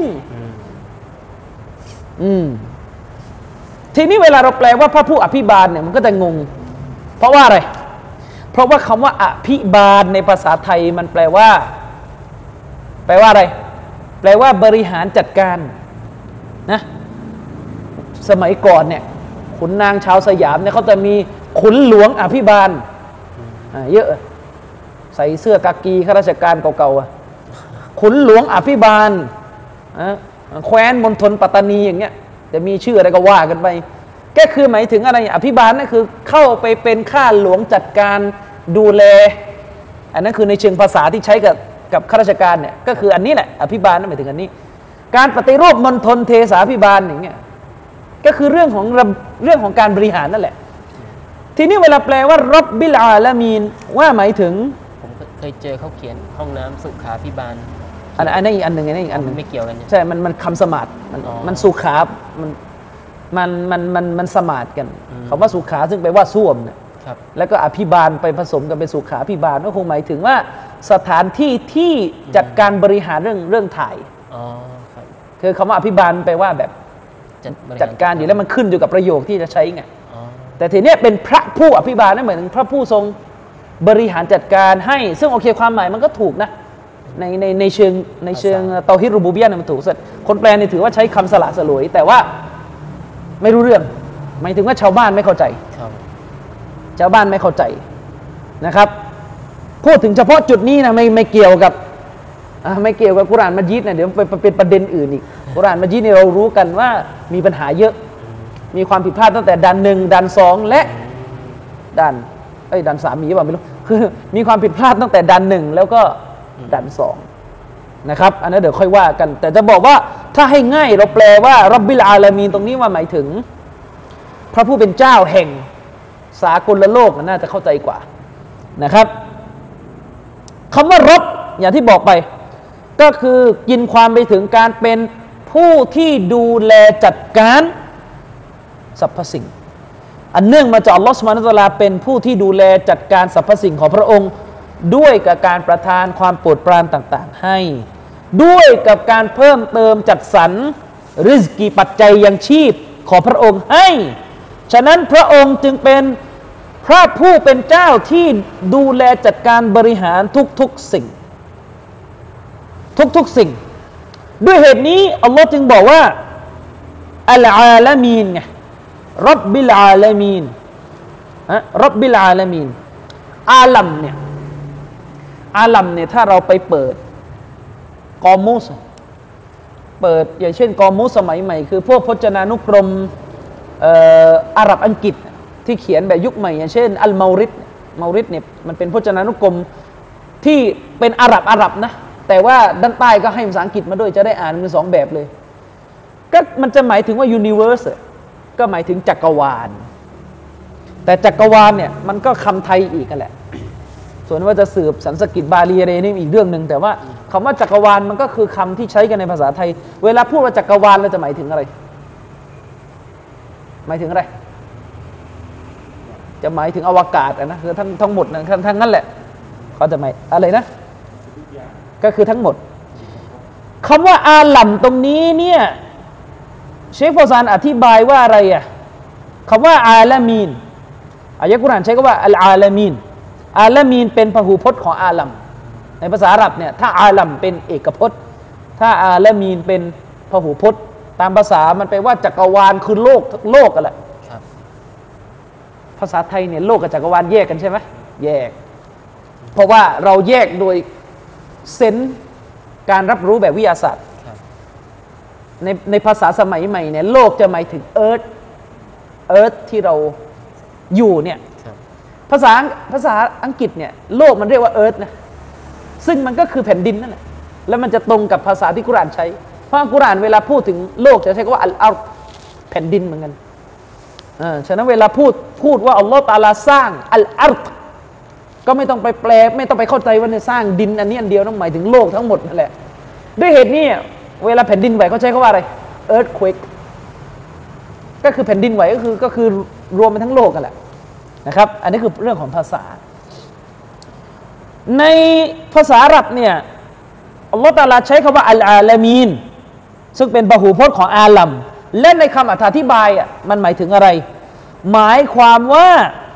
อืมทีนี้เวลาเราแปลว่าพระผู้อภิบาลเนี่ยมันก็จะงงเพราะว่าอะไรเพราะว่าคำว่าอภิบาลในภาษาไทยมันแปลว่าแปลว่าอะไรแปลว่าบริหารจัดการนะสมัยก่อนเนี่ยขุนนางชาวสยามเนี่ยเขาจะมีขุนหลวงอภิบาลเยอะใส่เสื้อกากีข้าราชการเก่าๆขุนหลวงอภิบาลแคว้นมณฑลปัตตานีอย่างเงี้ยจะมีชื่ออะไรก็ว่ากันไปก็คือหมายถึงอะไรอภิบาลนั่นคือเข้าไปเป็นข้าหลวงจัดการดูแลอันนั้นคือในเชิงภาษาที่ใช้กับกับข้าราชการเนี่ยก็คืออันนี้แหละอภิบาลนั่นหมายถึงอันนี้การปฏิรูปมณฑลเทสาภิบาลอย่างเงี้ยก็คือเรื่องของเรื่องของการบริหารนั่นแหละทีนี้เวลาแปลว่าร็อบบิลอาลามีนว่าหมายถึงผมเคยเจอเขาเขียนห้องน้ำสุขาภิบาลอันอันนี้อีกอันหนึ่งอันนี้อีกอันหนึ่งไม่เกี่ยวกันใช่มันมันคำสมาร์ทมันมันสุขามันมันมันมันมันสมาร์ทกันคำว่าสุขาซึ่งแปลว่าส้วมเนี่ยแล้วก็อภิบาลไปผสมกันเป็นสุขาภิบาลก็คงหมายถึงว่าสถานที่ที่จัดการบริหารเรื่องเรื่องถ่ายอ๋อครับคือคำว่าอภิบาลแปลว่าแบบจัดการอยู่แล้วมันขึ้นอยู่กับประโยคที่จะใช้ไงแต่ทีนี้เป็นพระผู้อภิบาลนั่นเหมือนพระผู้ทรงบริหารจัดการให้ซึ่งโอเคความหมายมันก็ถูกนะในในในเชิงในเชิงเตาฮีดรูบูบียะห์มันถูกสุดคนแปลนี่ถือว่าใช้คำสละสลวยแต่ว่าไม่รู้เรื่องหมายถึงว่าชาวบ้านไม่เข้าใจชาวบ้านไม่เข้าใจนะครับพูดถึงเฉพาะจุดนี้นะไม่ไม่เกี่ยวกับไม่เกี่ยวกับกุรอานมัจีดนะเดี๋ยวไปเป็นประเด็นอื่นอีกกุรอานมัจีดเนี่ยเรารู้กันว่ามีปัญหาเยอะมีความผิดพลาดตั้งแต่ดันหนึ่งดันสองและดันเอ้ยดันสามมีหรือเปล่าไม่รู้คือมีความผิดพลาดตั้งแต่ดันหนึ่งแล้วก็ดันสองนะครับอันนั้นเดี๋ยวค่อยว่ากันแต่จะบอกว่าถ้าให้ง่ายเราแปลว่าร็อบบิลอาลามีนตรงนี้ว่าหมายถึงพระผู้เป็นเจ้าแห่งสากลโลกน่าจะเข้าใจกว่านะครับคำว่ารบอย่างที่บอกไปก็คือกินความไปถึงการเป็นผู้ที่ดูแลจัดการสรรพสิ่งอันเนื่องมาจากอัลลอฮฺซุบฮานะฮูวะตะอาลาเป็นผู้ที่ดูแลจัดการสรรพสิ่งของพระองค์ด้วยกับการประทานความโปรดปรานต่างๆให้ด้วยกับการเพิ่มเติมจัดสรรริสกีปัจจัยยังชีพของพระองค์ให้ฉะนั้นพระองค์จึงเป็นพระผู้เป็นเจ้าที่ดูแลจัดการบริหารทุกๆสิ่งทุกๆสิ่งด้วยเหตุนี้อัลลอฮ์จึงบอกว่าอัลอาลามีนไงร็อบบิลอาลามีนฮะร็อบบิลอาลามีนอาลัมเนี่ยอาลัมเนี่ยถ้าเราไปเปิดกอมูสเปิดอย่างเช่นกอมูสสมัยใหม่คือพวกพจนานุกรมเอ่ออาหรับอังกฤษที่เขียนแบบยุคใหม่อย่างเช่นอัลมาริดมาริดเนี่ยมันเป็นพจนานุกรมที่เป็นอาหรับอาหรับนะแต่ว่าด้านใต้ก็ให้ภาษาอังกฤษมาด้วยจะได้อ่านเป็นสองแบบเลยก็มันจะหมายถึงว่า universe ก็หมายถึงจักรวาลแต่จักรวาลเนี่ยมันก็คำไทยอีกกันแหละส่วนว่าจะสืบสันสกฤตบาลีอะไรนี่อีกเรื่องนึงแต่ว่าคำว่าจักรวาลมันก็คือคำที่ใช้กันในภาษาไทยเวลาพูดว่าจักรวาลเราจะหมายถึงอะไรหมายถึงอะไรจะหมายถึงอวกาศนะคือทั้งทั้งหมดนะทั้งนั้นแหละเขาจะหมายอะไรนะก็คือทั้งหมดคำว่าอาลัมตรงนี้เนี่ยเชฟฟอซานอธิบายว่าอะไรอ่ะคำว่าอาลามีนอายะกุรอานใช้คำว่าอัลอาลามีนอาลามีนเป็นพหูพจน์ของอาลัมในภาษาอาหรับเนี่ยถ้าอาลัมเป็นเอกพจน์ถ้าอาลามีนเป็นพหูพจน์ตามภาษามันแปลว่าจักรวาลคือโลกโลกกันแหละภาษาไทยเนี่ยโลกกับจักรวาลแยกกันใช่ไหมแยกเพราะว่าเราแยกโดยเซนส์การรับรู้แบบวิทยาศาสตร์ในในภาษาสมัยใหม่เนี่ยโลกจะหมายถึงเอิร์ธเอิร์ธที่เราอยู่เนี่ยภาษาภาษาอังกฤษเนี่ยโลกมันเรียกว่าเอิร์ธนะซึ่งมันก็คือแผ่นดินนั่นแหละแล้วมันจะตรงกับภาษาที่กุรอานใช้เพราะกุรอานเวลาพูดถึงโลกจะใช้คำว่าอัลอาร์แผ่นดินเหมือนกันอ่าฉะนั้นเวลาพูดพูดว่าอัลลอฮฺตะอาลาสร้างอัลอาร์ก็ไม่ต้องไปแปลไม่ต้องไปเข้าใจว่าเนี่ยสร้างดินอันนี้อันเดียวนั่นหมายถึงโลกทั้งหมดนั่นแหละด้วยเหตุนี้เวลาแผ่นดินไหวเขาใช้คำว่าอะไร earthquake ก็คือแผ่นดินไหวก็คือก็คือรวมไปทั้งโลกกันแหละนะครับอันนี้คือเรื่องของภาษาในภาษาอาหรับเนี่ยอัลลอฮฺตะอาลาใช้คำว่าอัลอาลามีนซึ่งเป็นพหูพจน์ของอาลัมและในคำอธิบายอ่ะมันหมายถึงอะไรหมายความว่า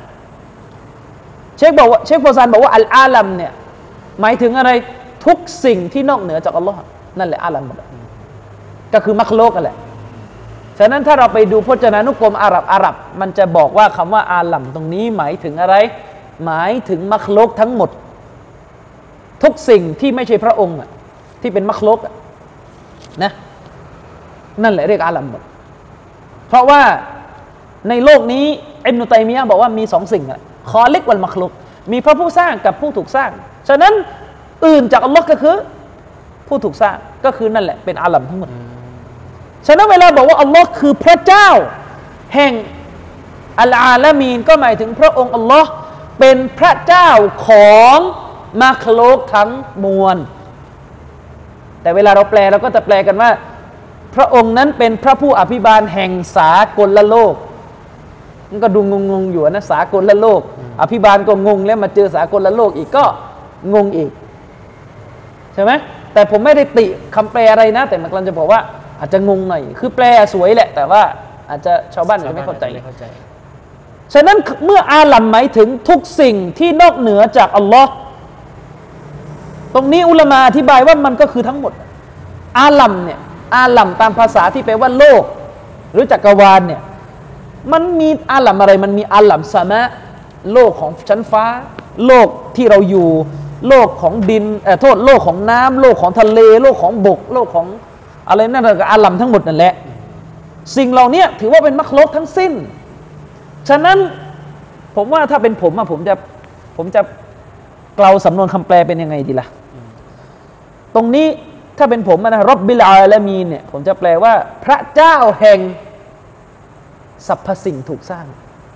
เชคบอกว่าเชคโฟซานบอกว่าอัลอาลัมเนี่ยหมายถึงอะไรทุกสิ่งที่นอกเหนือจากอัลลอฮ์นั่นแหละอาลัมหมดก็คือมักโลกกันแหละฉะนั้นถ้าเราไปดูพจนานุกรมอาหรับอาหรับมันจะบอกว่าคำว่าอาลัมตรงนี้หมายถึงอะไรหมายถึงมักโลกทั้งหมดทุกสิ่งที่ไม่ใช่พระองค์อ่ะที่เป็นมักโลกนะนั่นแหละเรียกอาลัมหมดเพราะว่าในโลกนี้อิบนุตัยมียะห์บอกว่ามีสองสิ่งอะคอลิกวัลมักลุกมีพระผู้สร้างกับผู้ถูกสร้างฉะนั้นอื่นจากอัลลอฮ์ก็คือผู้ถูกสร้างก็คือนั่นแหละเป็นอาลัมทั้งหมดฉะนั้นเวลาบอกว่าอัลลอฮ์คือพระเจ้าแห่งอัลอาลามีนก็หมายถึงพระองค์อัลลอฮ์เป็นพระเจ้าของมักลุกทั้งมวลแต่เวลาเราแปลเราก็จะแปลกันว่าพระองค์นั้นเป็นพระผู้อภิบาลแห่งสากลโลกมันก็ดูงงๆอยู่นะสากลโลกอภิบาลก็งงแล้วมาเจอสากลโลกอีกก็งงอีกใช่ไหมแต่ผมไม่ได้ติคำแปลอะไรนะแต่มันกำลังจะบอกว่าอาจจะงงหน่อยคือแปลสวยแหละแต่ว่าอาจจะชาวบ้านอาจจะไม่เข้าใจฉะนั้นเมื่ออาลัมหมายถึงทุกสิ่งที่นอกเหนือจากอัลลอฮ์ตรงนี้อุลามะอธิบายว่ามันก็คือทั้งหมดอาลัมเนี่ยอาลัมตามภาษาที่แปลว่าโลกหรือจักรวาลเนี่ยมันมีอาลัมอะไรมันมีอาลัมสามะโลกของชั้นฟ้าโลกที่เราอยู่โลกของดินเอ่อโทษโลกของน้ำโลกของทะเลโลกของบกโลกของอะไรนั่นก็อาลัมทั้งหมดนั่นแหละสิ่งเหล่านี้ถือว่าเป็นมักลุกทั้งสิ้นฉะนั้นผมว่าถ้าเป็นผมอะผมจะผมจะเกลาสำนวนคำแปลเป็นยังไงดีล่ะตรงนี้ถ้าเป็นผมนะร็อบบิลอาลามีนเนี่ยผมจะแปลว่าพระเจ้าแห่งสรรพสิ่งถูกสร้าง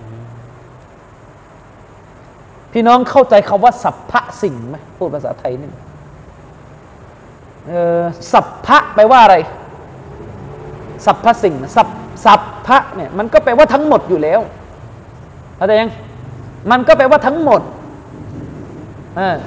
พี่น้องเข้าใจคำว่าสรรพสิ่งไหมพูดภาษาไทยนี่เออสรรพแปลว่าอะไรสรรพสิ่งสรรสรรพเนี่ยมันก็แปลว่าทั้งหมดอยู่แล้วเข้าใจยังมันก็แปลว่าทั้งหมดอ่า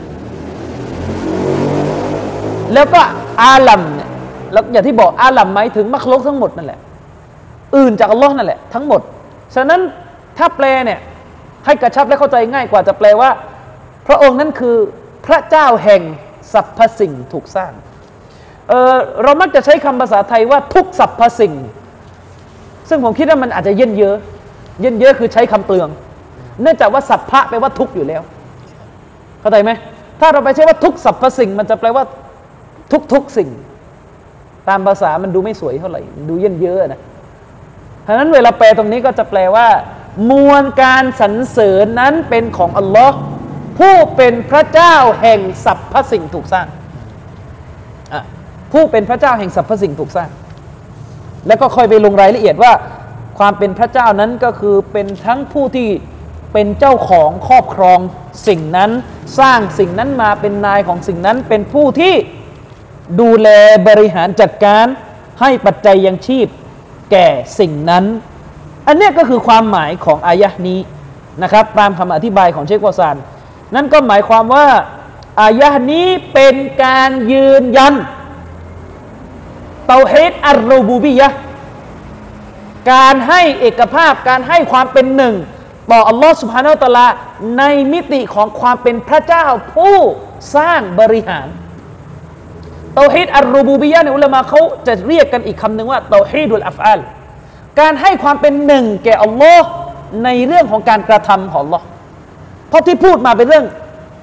แล้วก็อาลัมเนี่ยแล้วอย่างที่บอกอาลัมหมายถึงมักลุกทั้งหมดนั่นแหละอื่นจากอัลลอฮ์นั่นแหละทั้งหมดฉะนั้นถ้าแปลเนี่ยให้กระชับและเข้าใจง่ายกว่าจะแปลว่าพระองค์นั้นคือพระเจ้าแห่งสรรพสิ่งถูกสร้างเออเรามักจะใช้คำภาษาไทยว่าทุกสรรพสิ่งซึ่งผมคิดว่ามันอาจจะเยินเยอะเยินเยอะคือใช้คำเปลืองเนื่องจากว่าสัพพะแปลว่าทุกอยู่แล้วเข้าใจไหมถ้าเราไปใช้ว่าทุกสรรพสิ่งมันจะแปลว่าทุกๆสิ่งตามภาษามันดูไม่สวยเท่าไหร่ดูเยินเยอะนะฉะนั้นเวลาแปลตรงนี้ก็จะแปลว่ามวลการสรรเสริญนั้นเป็นของอัลลอฮ์ผู้เป็นพระเจ้าแห่งสรรพสิ่งถูกสร้างผู้เป็นพระเจ้าแห่งสรรพสิ่งถูกสร้างแล้วก็ค่อยไปลงรายละเอียดว่าความเป็นพระเจ้านั้นก็คือเป็นทั้งผู้ที่เป็นเจ้าของครอบครองสิ่งนั้นสร้างสิ่งนั้นมาเป็นนายของสิ่งนั้นเป็นผู้ที่ดูแลบริหารจัดการให้ปัจจัยยังชีพแก่สิ่งนั้นอันนี้ก็คือความหมายของอายะห์นี้นะครับตามคำอธิบายของเชควาซานนั่นก็หมายความว่าอายะห์นี้เป็นการยืนยันเตาฮีดอัรรูบูบิยะห์การให้เอกภาพการให้ความเป็นหนึ่งต่ออัลลอฮฺซุบฮานะฮูวะตะอาลาในมิติของความเป็นพระเจ้าผู้สร้างบริหารเตาฮีดอัรรูบูบิยะห์เนี่ยอุลามะเขาจะเรียกกันอีกคำหนึ่งว่าเตาฮีดุลอัฟอาลการให้ความเป็นหนึ่งแก่อัลลอฮ์ในเรื่องของการกระทำของอัลลอฮ์เพราะที่พูดมาเป็นเรื่อง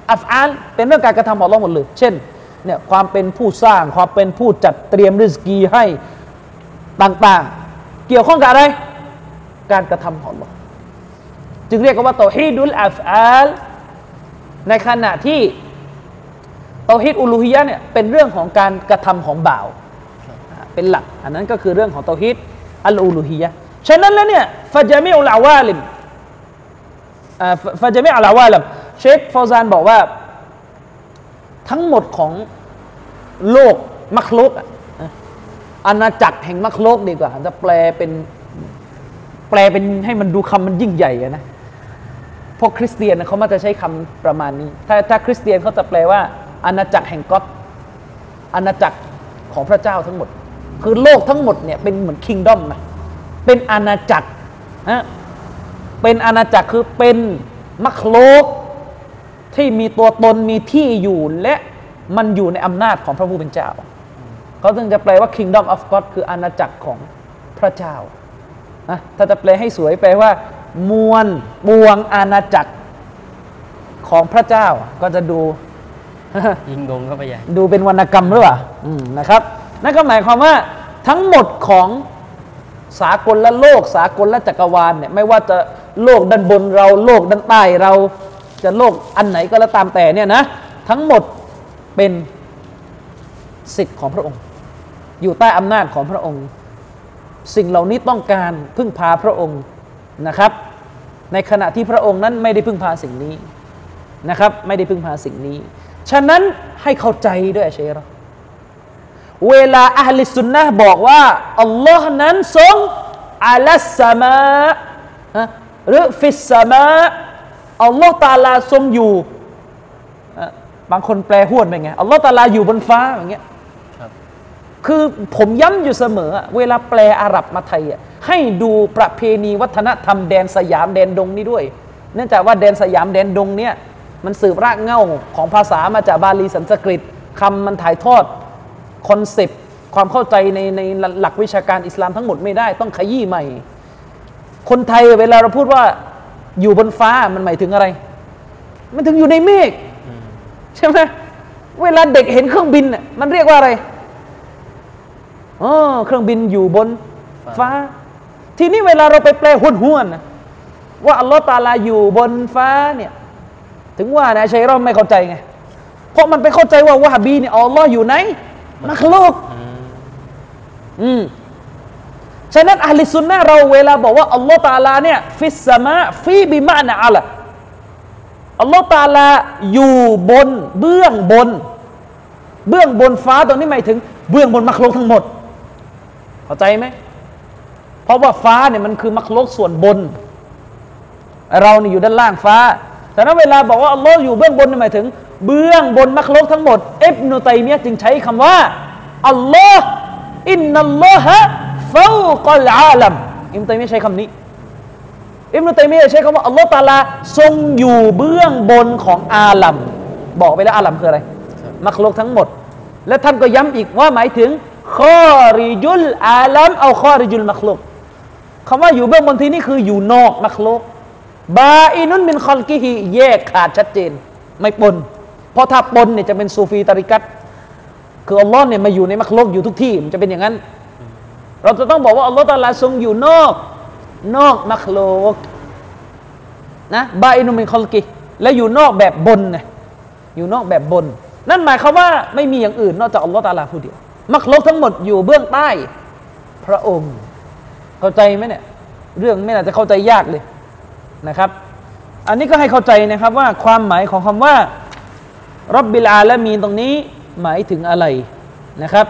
อัฟอาลเป็นเรื่องการกระทำของอัลเลาะห์หมดเลยเช่นเนี่ยความเป็นผู้สร้างความเป็นผู้จัดเตรียมริสกีให้ต่างๆเกี่ยวข้องกับอะไรการกระทำของอัลเลาะห์จึงเรียกว่าเตาฮีดุลอัฟอาลในขณะที่เตาฮีดอุลูฮียะห์เนี่ยเป็นเรื่องของการกระทำของบ่าวเป็นหลักอันนั้นก็คือเรื่องของเตาฮีดอัลอูลูฮียะห์ฉะนั้นแล้วเนี่ยฟะญะมีอุลอาวาลิมอ่าฟะญะมีอุลอาวาลิมเชคฟาวซานบอกว่าทั้งหมดของโลกมักลุกอาณาจักรแห่งมักลุกดีกว่าจะแปลเป็นแปลเป็นให้มันดูคำมันยิ่งใหญ่นะพวกคริสเตียนเขามักจะใช้คำประมาณนี้ถ้าถ้าคริสเตียนเขาจะแปลว่าอาณาจักรแห่งก็อดอาณาจักรของพระเจ้าทั้งหมดคือโลกทั้งหมดเนี่ยเป็นเหมือนคิงดอมนะเป็นอาณาจักรนะเป็นอาณาจักรคือเป็นมักลุกที่มีตัวตนมีที่อยู่และมันอยู่ในอำนาจของพระผู้เป็นเจ้าเขาจึงจะแปลว่า Kingdom of God คืออาณาจักรของพระเจ้านะถ้าจะแปลให้สวยแปลว่ามวลปวงอาณาจักรของพระเจ้าก็จะดูยิงงงเข้าไปใหญ่ดูเป็นวรรณกรรมหรือเปล่านะครับนั่นก็หมายความว่าทั้งหมดของสากลและโลกสากลและจักรวาลเนี่ยไม่ว่าจะโลกด้านบนเราโลกด้านใต้เราจะโลกอันไหนก็แล้วตามแต่เนี่ยนะทั้งหมดเป็นสิทธิ์ของพระองค์อยู่ใต้อำนาจของพระองค์สิ่งเหล่านี้ต้องการพึ่งพาพระองค์นะครับในขณะที่พระองค์นั้นไม่ได้พึ่งพาสิ่งนี้นะครับไม่ได้พึ่งพาสิ่งนี้ฉะนั้นให้เข้าใจด้วยเชรอเวลาอะห์ลิสซุนนะห์บอกว่าอัลลอฮ์นั้นทรงอะลัสสมาหรือฟิสสมาอัลลอฮ์ตะอาลาทรงอยู่บางคนแปลห้วนไปไงอัลลอฮ์ตะอาลาอยู่บนฟ้าอย่างเงี้ยคือผมย้ำอยู่เสมอเวลาแปลอาหรับมาไทยให้ดูประเพณีวัฒนธรรมแดนสยามแดนดงนี้ด้วยเนื่องจากว่าแดนสยามแดนดงเนี่ยมันสืบรากเหง้าของภาษามาจากบาลีสันสกฤตคำมันถ่ายทอดคอนเซปต์ความเข้าใจในในหลักวิชาการอิสลามทั้งหมดไม่ได้ต้องขยี้ใหม่คนไทยเวลาเราพูดว่าอยู่บนฟ้ามันหมายถึงอะไรมันถึงอยู่ในเมฆใช่ไหมเวลาเด็กเห็นเครื่องบินน่ะมันเรียกว่าอะไรอ๋อเครื่องบินอยู่บนฟ้าทีนี้เวลาเราไปแปลห้วนๆนะว่าอัลลอฮฺตะอาลาอยู่บนฟ้าเนี่ยถึงว่านะชัยรอมไม่เข้าใจไงเพราะมันไปเข้าใจว่าวะฮาบีเนี่ยอัลลอฮฺอยู่ในมักลุกอืมฉะนั้นอะห์ลิสซุนนะห์เราเวลาบอกว่าอัลลอฮฺตะอาลาเนี่ยฟิสสมาฟีบิมะนะอะละอัลลอฮฺตะอาลาอยู่บนเบื้องบนเบื้องบนฟ้าตรงนี้หมายถึงเบื้องบนมักลุกทั้งหมดเข้าใจไหมเพราะว่าฟ้าเนี่ยมันคือมักลุกส่วนบนเรานี่อยู่ด้านล่างฟ้าแต่นั้นเวลาบอกว่าอัลลอฮ์อยู่เบื้องบนหมายถึงเบื้องบนมักลุกทั้งหมดอิบนุตัยมียะห์จึงใช้คำว่าอัลลอฮ์อินนัลลอฮะฟาวกัลอาลัมอิบนุตัยมียะห์ใช้คำนี้อิบนุตัยมียะห์ใช้คำว่าอัลลอฮ์ตะอาลาทรงอยู่เบื้องบนของอาลัมบอกไปแล้วอาลัมคืออะไรมักลุกทั้งหมดและท่านก็ย้ำอีกว่าหมายถึงคอริจุลอาลัมเอาคอริจุลมักลุกคำว่าอยู่เบื้องบนที่นี่คืออยู่นอกมักลุกบาอินุนมินคอลกิฮิแยกขาดชัดเจนไม่ปนเพราะถ้าปนเนี่ยจะเป็นซูฟีตาริกัตคืออัลลอฮ์เนี่ยมาอยู่ในมักลุกอยู่ทุกที่มันจะเป็นอย่างนั้นเราจะต้องบอกว่าอัลลอฮ์ตะอาลาทรงอยู่นอกนอกมักลุกนะบาอินุนมินคอลกิและอยู่นอกแบบบนนะอยู่นอกแบบบนนั่นหมายความว่าไม่มีอย่างอื่นนอกจากอัลลอฮ์ตะอาลาผู้เดียวมักลุกทั้งหมดอยู่เบื้องใต้พระองค์เข้าใจไหมเนี่ยเรื่องไม่น่าจะเข้าใจยากเลยนะครับอันนี้ก็ให้เข้าใจนะครับว่าความหมายของคำว่าร็อบบิลอาละมีนตรงนี้หมายถึงอะไรนะครับ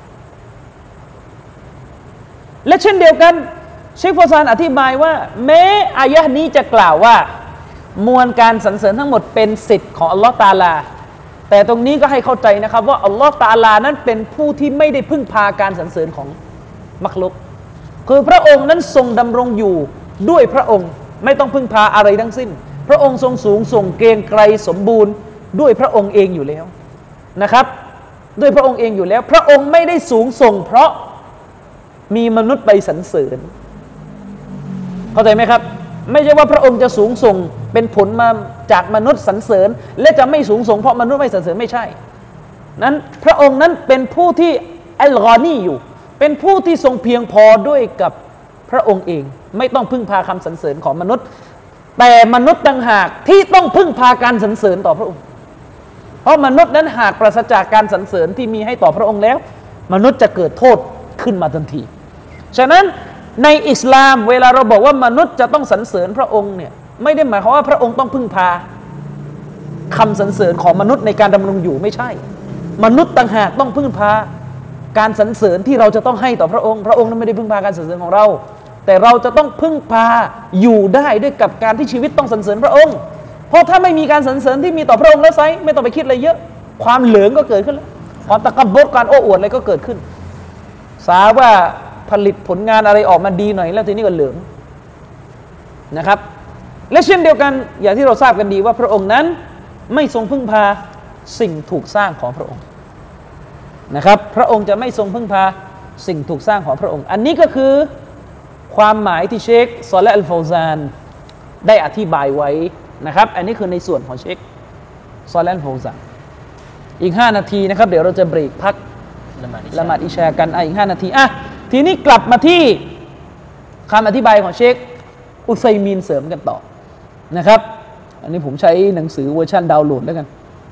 และเช่นเดียวกันเชคฟอซานอธิบายว่าแม้อายะห์นี้จะกล่าวว่ามวลการสรรเสริญทั้งหมดเป็นสิทธิ์ของอัลลอฮ์ตะอาลาแต่ตรงนี้ก็ให้เข้าใจนะครับว่าอัลลอฮ์ตะอาลานั้นเป็นผู้ที่ไม่ได้พึ่งพาการสรรเสริญของมักลุกคือพระองค์นั้นทรงดำรงอยู่ด้วยพระองค์ไม่ต้องพึ่งพาอะไรทั้งสิ้นพระองค์ทรงสูงส่งเกรียงไกรสมบูรณ์ด้วยพระองค์เองอยู่แล้วนะครับด้วยพระองค์เองอยู่แล้วพระองค์ไม่ได้สูงส่งเพราะมีมนุษย์ไปสรรเสริญเข้าใจไหมครับไม่ใช่ว่าพระองค์จะสูงส่งเป็นผลมาจากมนุษย์สรรเสริญและจะไม่สูงส่งเพราะมนุษย์ไม่สรรเสริญไม่ใช่นั้นพระองค์นั้นเป็นผู้ที่อัลกอนีอยู่เป็นผู้ที่ทรงเพียงพอด้วยกับพระองค์เองไม่ต้องพึ่งพาคำสรรเสริญของมนุษย์แต่มนุษย์ต่างหากที่ต้องพึ่งพาการสรรเสริญต่อพระองค์เพราะมนุษย์นั้นหากปราศจากการสรรเสริญที่มีให้ต่อพระองค์แล้วมนุษย์จะเกิดโทษขึ้นมาทันทีฉะนั้นในอิสลามเวลาเราบอกว่ามนุษย์จะต้องสรรเสริญพระองค์เนี่ยไม่ได้หมายความว่าพระองค์ต้องพึ่งพาคำสรรเสริญของมนุษย์ในการดำรงอยู่ไม่ใช่มนุษย์ต่างหากต้องพึ่งพาการสรรเสริญที่เราจะต้องให้ต่อพระองค์พระองค์นั้นไม่ได้พึ่งพาการสรรเสริญของเราแต่เราจะต้องพึ่งพาอยู่ได้ด้วยกับการที่ชีวิตต้องสรรเสริญพระองค์เพราะถ้าไม่มีการสรรเสริญที่มีต่อพระองค์แล้วไซไม่ต้องไปคิดอะไรเยอะความเหลืองก็เกิดขึ้นแล้วความตะกับบดการโอ้อวดอะไรก็เกิดขึ้นสาว่าผลิตผลงานอะไรออกมาดีหน่อยแล้วทีนี้ก็เหลืองนะครับและเช่นเดียวกันอย่างที่เราทราบกันดีว่าพระองค์นั้นไม่ทรงพึ่งพาสิ่งถูกสร้างของพระองค์นะครับพระองค์จะไม่ทรงพึ่งพาสิ่งถูกสร้างของพระองค์อันนี้ก็คือความหมายที่เชคซอเลห์ อัลฟาวซานได้อธิบายไว้นะครับอันนี้คือในส่วนของเชคซอเลห์ อัลฟาวซานอีกห้านาทีนะครับเดี๋ยวเราจะเบรกพักละหมาดอิชากันอีกห้านาทีอ่ะทีนี้กลับมาที่คำอธิบายของเชคอุซัยมีนเสริมกันต่อนะครับอันนี้ผมใช้หนังสือเวอร์ชันดาวน์โหลดแล้วกัน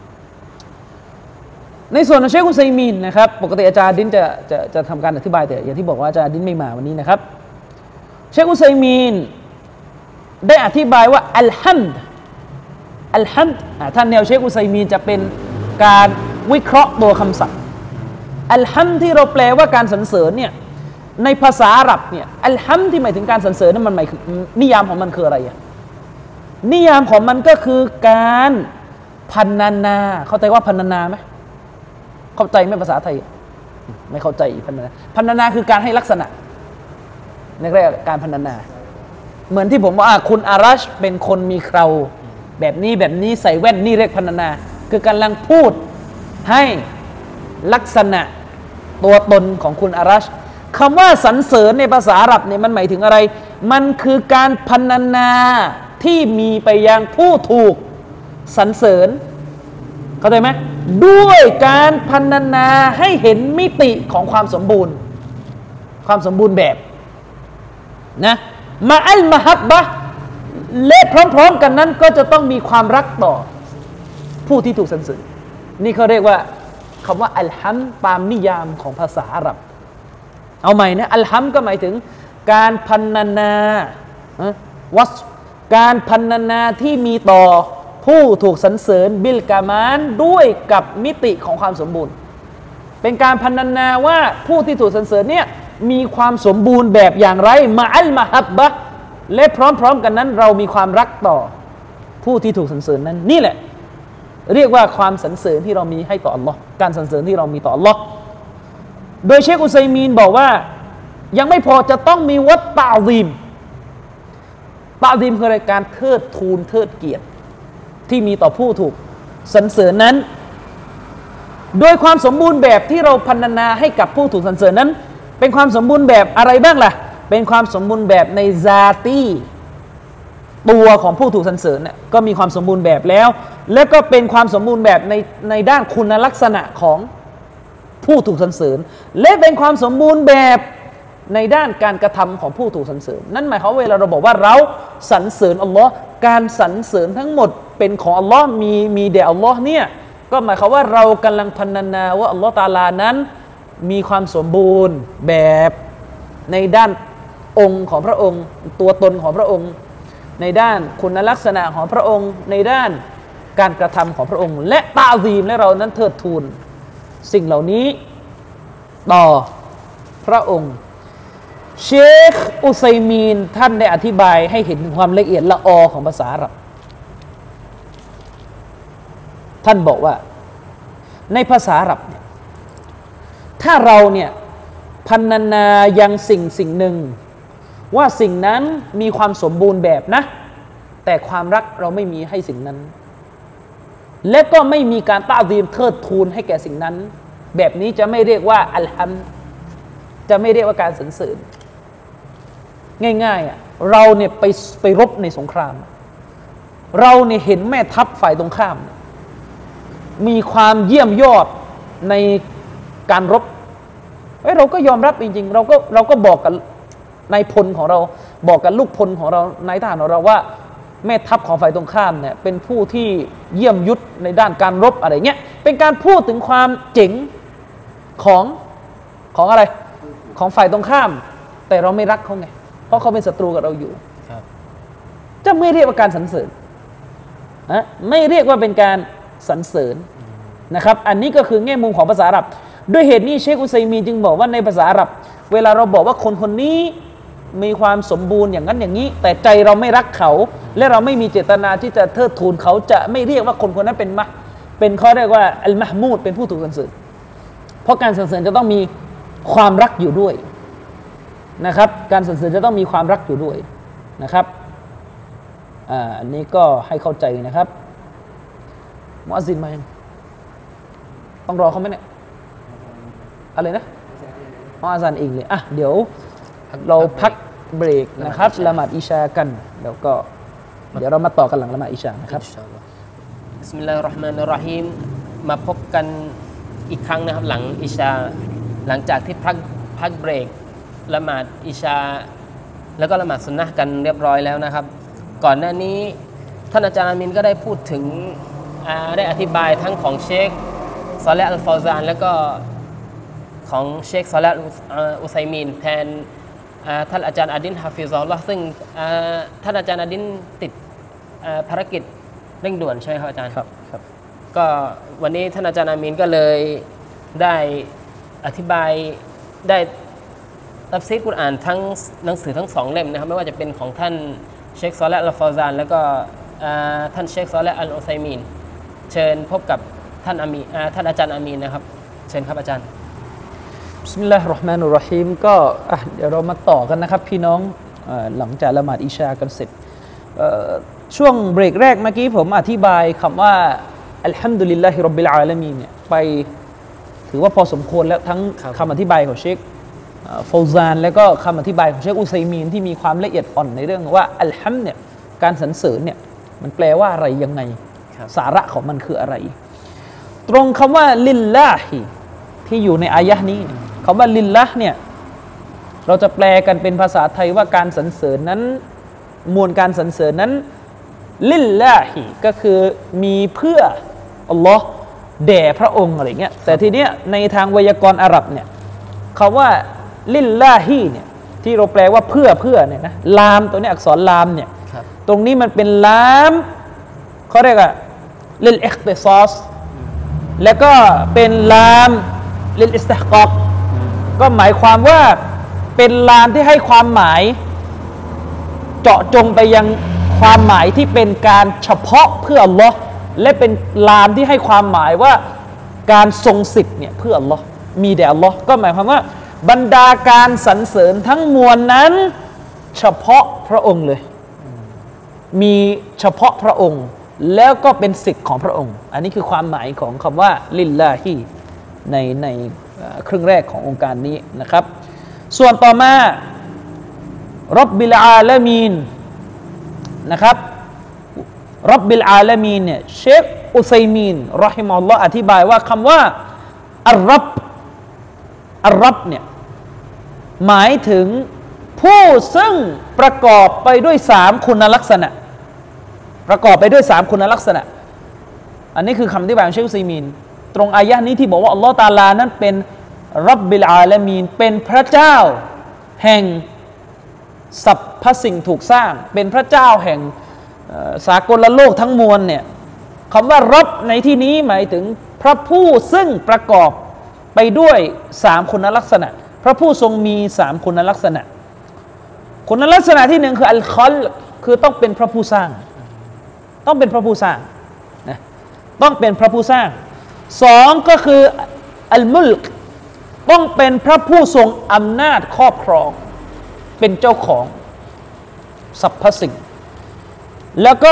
ในส่วนของเชคอุซัยมีนนะครับปกติอาจารย์ดินจะจะจะทำการอธิบายแต่อย่างที่บอกว่าอาจารย์ดินไม่มาวันนี้นะครับเชคอุซัยมีนได้อธิบายว่าอัลฮัมด์อัลฮัมด์ท่านแนวเชคอุซัยมีนจะเป็นการวิเคราะห์ตัวคำศัพท์อัลฮัมด์ที่เราแปลว่าการสรรเสริญเนี่ยในภาษาอาหรับเนี่ยอัลฮัมด์ที่หมายถึงการสรรเสริญนั้นมันหมายนิยามของมันคืออะไรอ่ะนิยามของมันก็คือการพรรณนาเข้าใจว่าพรรณนาไหมเข้าใจไหมภาษาไทยไม่เข้าใจพรรณนาพรรณนาคือการให้ลักษณะนี่เรียกการพรรณนาเหมือนที่ผมว่าคุณอารัชเป็นคนมีเคราแบบนี้แบบนี้ใส่แว่นนี่เรียกพรรณนาคือกำลังพูดให้ลักษณะตัวตนของคุณอารัชคำว่าสรรเสริญในภาษาอาหรับเนี่ยมันหมายถึงอะไรมันคือการพรรณนาที่มีไปยังผู้ถูกสรรเสริญเข้าใจไหมด้วยการพรรณนาให้เห็นมิติของความสมบูรณ์ความสมบูรณ์แบบนะมาอัลมะฮับบะและพร้อมๆกันนั้นก็จะต้องมีความรักต่อผู้ที่ถูกสรรเสริญนี่เขาเรียกว่าคำว่าอัลฮัมตามนิยามของภาษาอาหรับเอาใหม่นะอัลฮัมก็หมายถึงการพรรณนาวัสการพรรณนาที่มีต่อผู้ถูกสรรเสริญบิลกามานด้วยกับมิติของความสมบูรณ์เป็นการพรรณนาว่าผู้ที่ถูกสรรเสริญเนี่ยมีความสมบูรณ์แบบอย่างไรมาอัลมะฮับบะและพร้อมๆกันนั้นเรามีความรักต่อผู้ที่ถูกสรรเสริญนั้นนี่แหละเรียกว่าความสรรเสริญที่เรามีให้ต่ออัลลอฮ์การสรรเสริญที่เรามีต่ออัลลอฮ์โดยเชคอุซัยมีนบอกว่ายังไม่พอจะต้องมีวัตตะซีมตะซีมคืออะไรการเทิดทูนเทิดเกียรติที่มีต่อผู้ถูกสรรเสริญนั้นโดยความสมบูรณ์แบบที่เราพรรณนาให้กับผู้ถูกสรรเสริญนั้นเป็นความสมบูรณ์แบบอะไรบ้างล่ะเป็นความสมบูรณ์แบบในซาตีตัวของผู้ถูกสรรเสริญเนี่ยก็มีความสมบูรณ์แบบแล้วแล้วก็เป็นความสมบูรณ์แบบในในด้านคุณลักษณะของผู้ถูกสรรเสริญและเป็นความสมบูรณ์แบบในด้านการกระทำของผู้ถูกสรรเสริญนั่นหมายความว่าเวลาเราบอกว่าเราสรรเสริญอัลลอฮ์การสรรเสริญทั้งหมดเป็นของอัลลอฮ์มีมีแด่อัลลอฮ์เนี่ยก็หมายความว่าเรากำลังพรรณนาว่าอัลลอฮ์ตะอาลานั้นมีความสมบูรณ์แบบในด้านองค์ของพระองค์ตัวตนของพระองค์ในด้านคุณลักษณะของพระองค์ในด้านการกระทำของพระองค์และตาซีมและเรานั้นเทิดทูนสิ่งเหล่านี้ต่อพระองค์เชคอุซัยมีนท่านได้อธิบายให้เห็นถึงความละเอียดละออของภาษาอาหรับท่านบอกว่าในภาษาอาหรับเนี่ยถ้าเราเนี่ยพรรณนายังสิ่งสิ่งหนึ่งว่าสิ่งนั้นมีความสมบูรณ์แบบนะแต่ความรักเราไม่มีให้สิ่งนั้นและก็ไม่มีการตะซีมเทิดทูนให้แก่สิ่งนั้นแบบนี้จะไม่เรียกว่าอัลฮัมจะไม่เรียกว่าการสรรเสริญง่ายๆอ่ะเราเนี่ยไปไปรบในสงครามเราเนี่ยเห็นแม่ทัพฝ่ายตรงข้ามมีความเยี่ยมยอดในการรบเอ้ยเราก็ยอมรับจริงๆเราก็เราก็บอกกับนายพลของเราบอกกับลูกพลของเรานายทหารของเราว่าแม่ทัพของฝ่ายตรงข้ามเนี่ยเป็นผู้ที่เยี่ยมยุทธในด้านการรบอะไรเงี้ยเป็นการพูดถึงความเจ๋งของของอะไรของฝ่ายตรงข้ามแต่เราไม่รักเขาไงเพราะเขาเป็นศัตรูกับเราอยู่จะไม่เรียกว่าการสรรเสริญนะไม่เรียกว่าเป็นการสรรเสริญนะครับอันนี้ก็คือแง่มุมของภาษาอาหรับด้วยเหตุนี้เชคอุซัยมีนจึงบอกว่าในภาษาอาหรับเวลาเราบอกว่าคนคนนี้มีความสมบูรณ์อย่างนั้นอย่างนี้แต่ใจเราไม่รักเขาและเราไม่มีเจตนาที่จะเทิดทูนเขาจะไม่เรียกว่าคนคนนั้นเป็นมะเป็นเขาเรียกว่าอัลมะห์มูดเป็นผู้ถูกสรรเสริญเพราะการสรรเสริญจะต้องมีความรักอยู่ด้วยนะครับการสรรเสริญจะต้องมีความรักอยู่ด้วยนะครับอ่าอันนี้ก็ให้เข้าใจนะครับมุอัซซินมายังต้องรอเขาไหมเนี่ยอะไรนะอ๋ออาจารย์เองเลยอ่ะเดี๋ยวเราพักเบรกนะครับละหมาดอิชากันแล้วก็เดี๋ยวเรามาต่อกันหลังละหมาดอิชานะครับบิสมิลลาฮิรเราะห์มานิรเราะฮีมมาพบกันอีกครั้งนะครับหลังอิชาหลังจากที่พักพักเบรกละหมาดอิชาแล้วก็ละหมาดซุนนะห์กันเรียบร้อยแล้วนะครับก่อนหน้านี้ท่านอาจารย์อามินก็ได้พูดถึงได้อธิบายทั้งของเชคซอเลห์อัลฟาวซานแล้วก็ของเชคซอเลห์อุซัยมีนแทนท่านอาจารย์อาดินฮาฟิซอลลอฮ์ซึ่งท่านอาจารย์อาดินติดภารกิจเร่งด่วนใช่ไหมครับอาจารย์ครับครับก็วันนี้ท่านอาจารย์อามีนก็เลยได้อธิบายได้ตัฟซีรกุรอานทั้งหนังสือทั้งสองเล่มนะครับไม่ว่าจะเป็นของท่านเชคซอเลห์อัลฟาวซานแล้วก็ท่านเชคซอเลห์อัลอุซัยมีนเชิญพบกับท่านอามีท่านอาจารย์อามีนนะครับเชิญครับอาจารย์บิสมิลลาฮิรเราะห์มานิรเราะฮีมก็เดี๋ยวเรามาต่อกันนะครับพี่น้องหลังจากละหมาดอิชากันเสร็จช่วงเบรกแรกเมื่อกี้ผมอธิบายคำว่าอัลฮัมดุลิลลาฮิร็อบบิลอาละมีนเนี่ยไปถือว่าพอสมควรแล้วทั้งคำอธิบายของเชคฟาวซานแล้วก็คำอธิบายของเชคอุซัยมีนที่มีความละเอียดอ่อนในเรื่องว่าอัลฮัมเนี่ยการสรรเสริญเนี่ยมันแปลว่าอะไรยังไงสาระของมันคืออะไรตรงคำว่าลิลลาฮิที่อยู่ในอายะห์นี้คำว่าลิลละห์เนี่ยเราจะแปลกันเป็นภาษาไทยว่าการสรรเสริญนั้นมวลการสรรเสริญนั้นลิลลาฮิก็คือมีเพื่ออัลลอฮ์แด่พระองค์อะไรเงี้ยแต่ทีเนี้ยในทางไวยากรณ์อาหรับเนี่ยคำว่าลิลลาฮิเนี่ยที่เราแปลว่าเพื่อเพื่อเนี่ยนะลามตัวนี้อักษรลามเนี่ยตรงนี้มันเป็นลามเขาเรียกว่าลิลอิคติซอสแล้วก็เป็นลามลิลอิสติฮกอกก็หมายความว่าเป็นลามที่ให้ความหมายเจาะจงไปยังความหมายที่เป็นการเฉพาะเพื่ออัลลอฮ์และเป็นลามที่ให้ความหมายว่าการทรงสิทธิ์เนี่ยเพื่ออัลลอฮ์มีแด่อัลลอฮ์ก็หมายความว่าบรรดาการสรรเสริญทั้งมวลนั้นเฉพาะพระองค์เลยมีเฉพาะพระองค์แล้วก็เป็นสิทธิ์ของพระองค์อันนี้คือความหมายของคำว่าลิลลาฮิในในครึ่งแรกขององค์การนี้นะครับส่วนต่อมาร็อบบิลอาลามีนนะครับร็อบบิลอาลามีนเนี่ยเชคอุซัยมีนเราะฮิมะฮุลลอฮ์อธิบายว่าคำว่าอัลร็อบอัลร็อบเนี่ยหมายถึงผู้ซึ่งประกอบไปด้วยสามคุณลักษณะประกอบไปด้วยสามคุณลักษณะอันนี้คือคำอธิบายของเชคอุซัยมีนตรงอายะห์นี้ที่บอกว่าอัลลอฮฺตะอาลานั้นเป็นร็อบบิลอาลามีนเป็นพระเจ้าแห่งสรรพสิ่งถูกสร้างเป็นพระเจ้าแห่งสากลโลกทั้งมวลเนี่ยคำว่าร็อบในที่นี้หมายถึงพระผู้ซึ่งประกอบไปด้วยสามคุณลักษณะพระผู้ทรงมีสามคุณลักษณะคุณลักษณะที่หนึ่งคืออัลคอลคือต้องเป็นพระผู้สร้างต้องเป็นพระผู้สร้างนะต้องเป็นพระผู้สร้างสองก็คืออัลมุลกต้องเป็นพระผู้ทรงอำนาจครอบครองเป็นเจ้าของสรรพสิ่งแล้วก็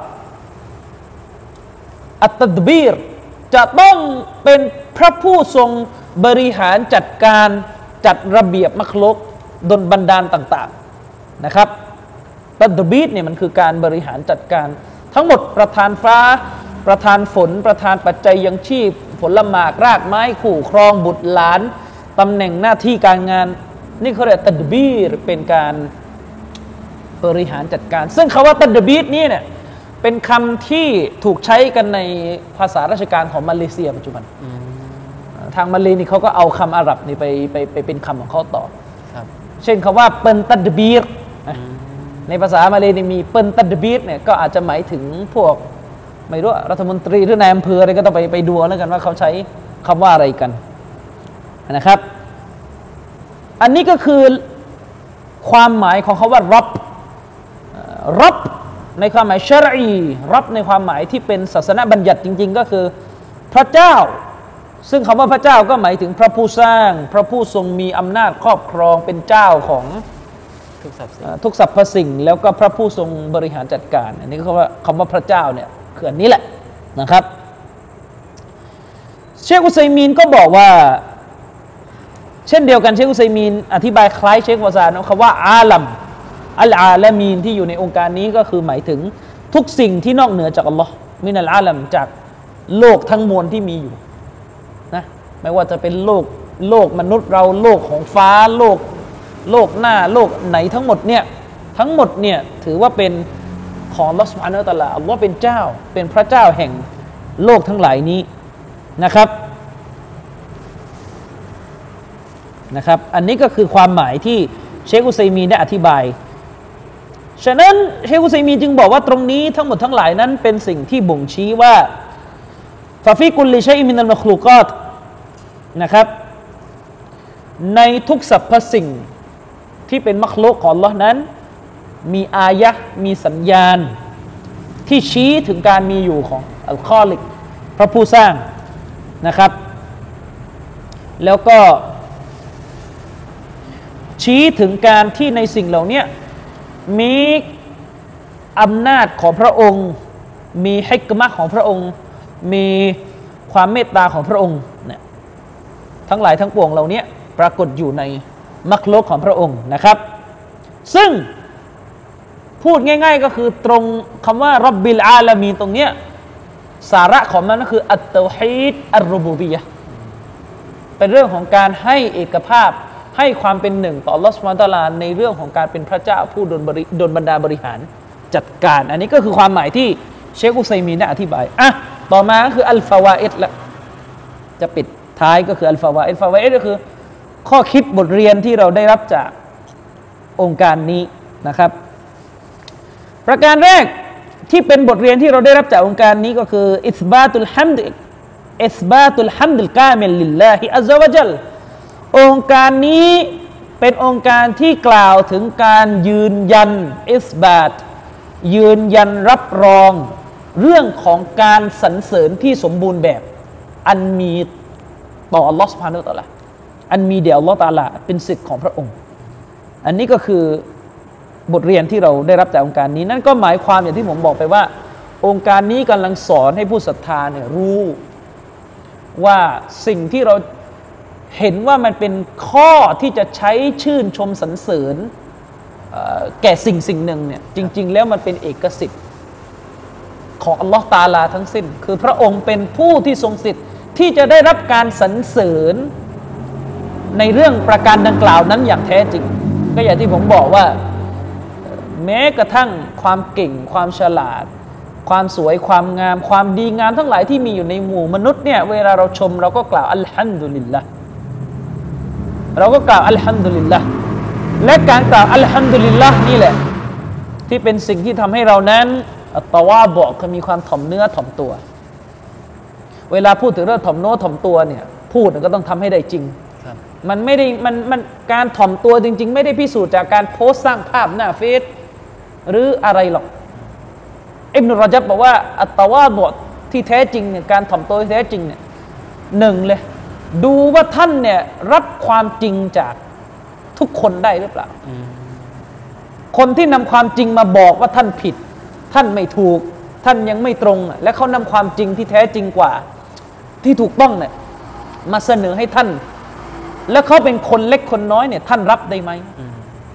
อัตตัดบีรจะต้องเป็นพระผู้ทรงบริหารจัดการจัดระเบียบมัคลุกดลบันดาลต่างนะครับตัดบีดเนี่ยมันคือการบริหารจัดการทั้งหมดประทานฟ้าประทานฝนประทานปัจจัยยังชีพผลหมากรากไม้คู่ครองบุตรหลานตำแหน่งหน้าที่การงานนี่เขาเรียกตัดบีรเป็นการบริหารจัดการซึ่งคำว่าตัดบีรนี่เนี่ยเป็นคำที่ถูกใช้กันในภาษาราชการของมาเลเซียปัจจุบันทางมาเลนี่เขาก็เอาคำอาหรับนี่ไปไปไปเป็นคำของเขาต่อเช่นคำว่าเปินตัดบีรในภาษามาเลนี่มีเปินตัดบีรเนี่ยก็อาจจะหมายถึงพวกไม่รู้รัฐมนตรีหรือนายอำเภออะไรก็ต้องไปไปดูแล้วกันว่าเขาใช้คำว่าอะไรกันนะครับอันนี้ก็คือความหมายของคำว่ารับรับในความหมายชะรอีรับในความหมายที่เป็นศาสนบัญญัติจริงๆก็คือพระเจ้าซึ่งคำว่าพระเจ้าก็หมายถึงพระผู้สร้างพระผู้ทรงมีอำนาจครอบครองเป็นเจ้าของทุกสรรพสิ่งทุกสรรพสิ่งแล้วก็พระผู้ทรงบริหารจัดการอันนี้ก็คำว่าคำว่าพระเจ้าเนี่ยคืออันนี้แหละนะครับเชคอุซัยมีนก็บอกว่าเช่นเดียวกันเชคอุซัยมีนอธิบายคล้ายเชควาซานคำว่าอาลัมอัลอาลามีนที่อยู่ในองค์การนี้ก็คือหมายถึงทุกสิ่งที่นอกเหนือจากอัลลอฮ์มินัลอาลัมจากโลกทั้งมวลที่มีอยู่นะไม่ว่าจะเป็นโลกโลกมนุษย์เราโลกของฟ้าโลกโลกหน้าโลกไหนทั้งหมดเนี่ยทั้งหมดเนี่ยถือว่าเป็นของอัลลอฮ์ซุบฮานะฮูวะตะอาลาอัลลอฮ์เป็นเจ้าเป็นพระเจ้าแห่งโลกทั้งหลายนี้นะครับนะครับอันนี้ก็คือความหมายที่เชคอุซัยมีนได้อธิบายฉะนั้นเชคอุซัยมีนจึงบอกว่าตรงนี้ทั้งหมดทั้งหลายนั้นเป็นสิ่งที่บ่งชี้ว่าฟาฟิกุลลิชัยมินัลมัคลูกาตนะครับในทุกสรรพสิ่งที่เป็นมัคลุกของอัลเลาะห์นั้นมีอายะห์มีสัญญาณที่ชี้ถึงการมีอยู่ของอัลคอลิกพระผู้สร้างนะครับแล้วก็ชี้ถึงการที่ในสิ่งเหล่านี้มีอำนาจของพระองค์มีฮิกมะห์ของพระองค์มีความเมตตาของพระองค์เนี่ยทั้งหลายทั้งปวงเหล่านี้ปรากฏอยู่ในมัคลุกของพระองค์นะครับซึ่งพูดง่ายๆก็คือตรงคำว่าร็อบบิลอาลามีนตรงเนี้ยสาระของมันก็คืออัตเตาฮีดอัรรุบูบิยะห์เป็นเรื่องของการให้เอกภาพให้ความเป็นหนึ่งต่ออัลเลาะห์ซุบฮานะฮูวะตะอาลาในเรื่องของการเป็นพระเจ้าผู้ดลบริดลบรรดาบริหารจัดการอันนี้ก็คือความหมายที่เชคอุซัยมีนได้อธิบายอ่ะต่อมาก็คืออัลฟาวาอิดละจะปิดท้ายก็คืออัลฟาวาอิดฟาวาอิดก็คือข้อคิดบทเรียนที่เราได้รับจากองค์การนี้นะครับประการแรกที่เป็นบทเรียนที่เราได้รับจากองค์การนี้ก็คืออิสบาตุลฮัมดอิสบาตุลฮัมดุลกามิลลิลลาฮิอัซซะวะญัลองค์การนี้เป็นองค์การที่กล่าวถึงการยืนยันอิสบาตยืนยันรับรองเรื่องของการสรรเสริญที่สมบูรณ์แบบอันมีต่ออัลลอฮฺซุบฮานะฮูวะตะอาลาอันมีแด่อัลลอฮฺตะอาลาเป็นสิทธิ์ของพระองค์อันนี้ก็คือบทเรียนที่เราได้รับจากองค์การนี้นั่นก็หมายความอย่างที่ผมบอกไปว่าองค์การนี้กำลังสอนให้ผู้ศรัทธาเนี่ยรู้ว่าสิ่งที่เราเห็นว่ามันเป็นข้อที่จะใช้ชื่นชมสรรเสริญแก่สิ่งสิ่งหนึ่งเนี่ยจริงๆแล้วมันเป็นเอกสิทธิ์ของอัลลอฮฺตะอาลาทั้งสิ้นคือพระองค์เป็นผู้ที่ทรงสิทธิ์ที่จะได้รับการสรรเสริญในเรื่องประการดังกล่าวนั้นอย่างแท้จริงก็อย่างที่ผมบอกว่าแม้กระทั่งความเก่งความฉลาดความสวยความงามความดีงามทั้งหลายที่มีอยู่ในหมู่มนุษย์เนี่ยเวลาเราชมเราก็กล่าวอัลฮัมดุลิลละห์เราก็กล่าวอัลฮัมดุลิลละห์และการกล่าวอัลฮัมดุลิลละห์นี่แหละที่เป็นสิ่งที่ทำให้เรานั้นอัตตะวาบะคือมีความถ่อมเนื้อถ่อมตัวเวลาพูดถึงเรื่องถ่อมเนื้อถ่อมตัวเนี่ยพูดก็ต้องทำให้ได้จริงมันไม่ได้มันมันการถ่อมตัวจริงๆไม่ได้พิสูจน์จากการโพสต์สร้างภาพหน้าเฟซหรืออะไรหรอกอิบนุรอญับบอกว่าอัตตะวาบะที่แท้จริงเนี่ยการถ่อมตัวที่แท้จริงเนี่ยหนึ่งเลยดูว่าท่านเนี่ยรับความจริงจากทุกคนได้หรือเปล่าคนที่นำความจริงมาบอกว่าท่านผิดท่านไม่ถูกท่านยังไม่ตรงและเขานำความจริงที่แท้จริงกว่าที่ถูกต้องเนี่ยมาเสนอให้ท่านแล้วเขาเป็นคนเล็กคนน้อยเนี่ยท่านรับได้ไหม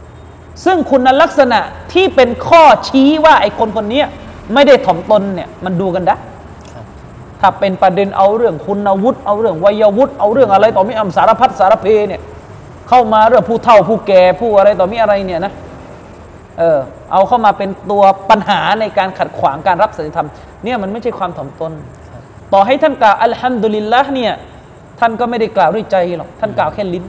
ซึ่งคุณลักษณะที่เป็นข้อชี้ว่าไอ้คนคนนี้ไม่ได้ถ่อมตนเนี่ยมันดูกันได้ถ้าเป็นประเด็นเอาเรื่องคุณวุฒิเอาเรื่องวัยวุฒิเอาเรื่องอะไรต่อมีอำสารพัดสารเพเนี่ยเข้ามาเรื่องผู้เฒ่าผู้แก่ผู้อะไรต่อมีอะไรเนี่ยนะเออเอาเข้ามาเป็นตัวปัญหาในการขัดขวางการรับศีลธรรมเนี่ยมันไม่ใช่ความถ่อมตนต่อให้ท่านกล่าวอัลฮัมดุลิลละห์เนี่ยท่านก็ไม่ได้กล่าวด้วยใจหรอกท่านกล่าวแค่ลิ้น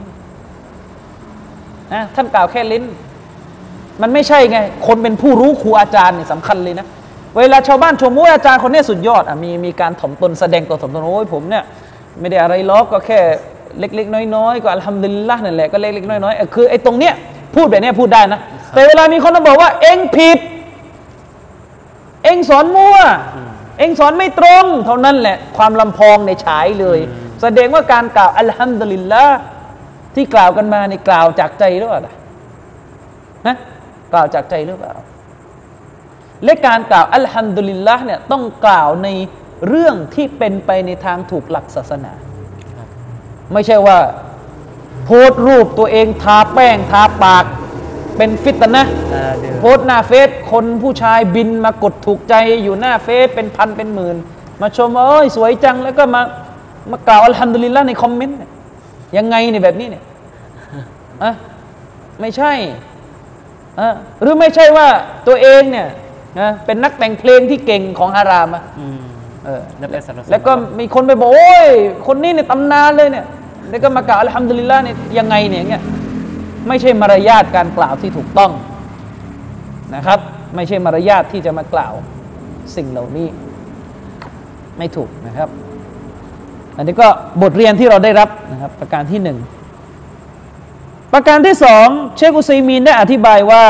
นะท่านกล่าวแค่ลิ้นมันไม่ใช่ไงคนเป็นผู้รู้ครูอาจารย์เนี่ยสำคัญเลยนะเวลาชาวบ้านชมว่าอาจารย์คนนี้สุดยอดอ่ะมีมีการถ่อมตนแสดงตัวถ่อมตนโอ้ยผมเนี่ยไม่ได้อะไรล็อกก็แค่เล็กๆน้อยๆก็อัลฮัมดุลิลละห์นั่นแหละก็เล็กๆน้อยๆคือไอ้ตรงเนี้ยพูดแบบนี้พูดได้นะแต่เวลามีคนมาบอกว่าเอ็งผิดเอ็งสอนมั่วเอ็งสอนไม่ตรงเท่านั้นแหละความลำพองในฉายเลยแสดงว่าการกล่าวอัลฮัมดุลิลละห์ที่กล่าวกันมาในกล่าวจากใจหรือเปล่านะกล่าวจากใจหรือเปล่าและการกล่าวอัลฮัมดุลิลละห์เนี่ยต้องกล่าวในเรื่องที่เป็นไปในทางถูกหลักศาสนาไม่ใช่ว่าโพสต์รูปตัวเองทาแป้งทาปากเป็นฟิตนะโพสต์หน้าเฟซคนผู้ชายบินมากดถูกใจอยู่หน้าเฟซเป็นพันเป็นหมื่นมาชมว่าเอ้ยสวยจังแล้วก็มามากล่าวอัลฮัมดุลิลละห์ในคอมเมนต์ยังไงเนี่ยแบบนี้เนี่ยอ่ะไม่ใช่อ่ะหรือไม่ใช่ว่าตัวเองเนี่ยนะเป็นนักแต่งเพลงที่เก่งของฮารามอ่ะเออแล้วก็มีคนไปบอกโอ้ยคนนี้เนี่ยตำนานเลยเนี่ยแล้วก็มากล่าวอัลฮัมดุลิลละห์เนี่ยยังไงเนี่ยเงี้ยไม่ใช่มารยาทการกล่าวที่ถูกต้องนะครับไม่ใช่มารยาทที่จะมากล่าวสิ่งเหล่านี้ไม่ถูกนะครับอันนี้ก็บทเรียนที่เราได้รับนะครับประการที่หนึ่งประการที่สองเชคอุซัยมีนได้อธิบายว่า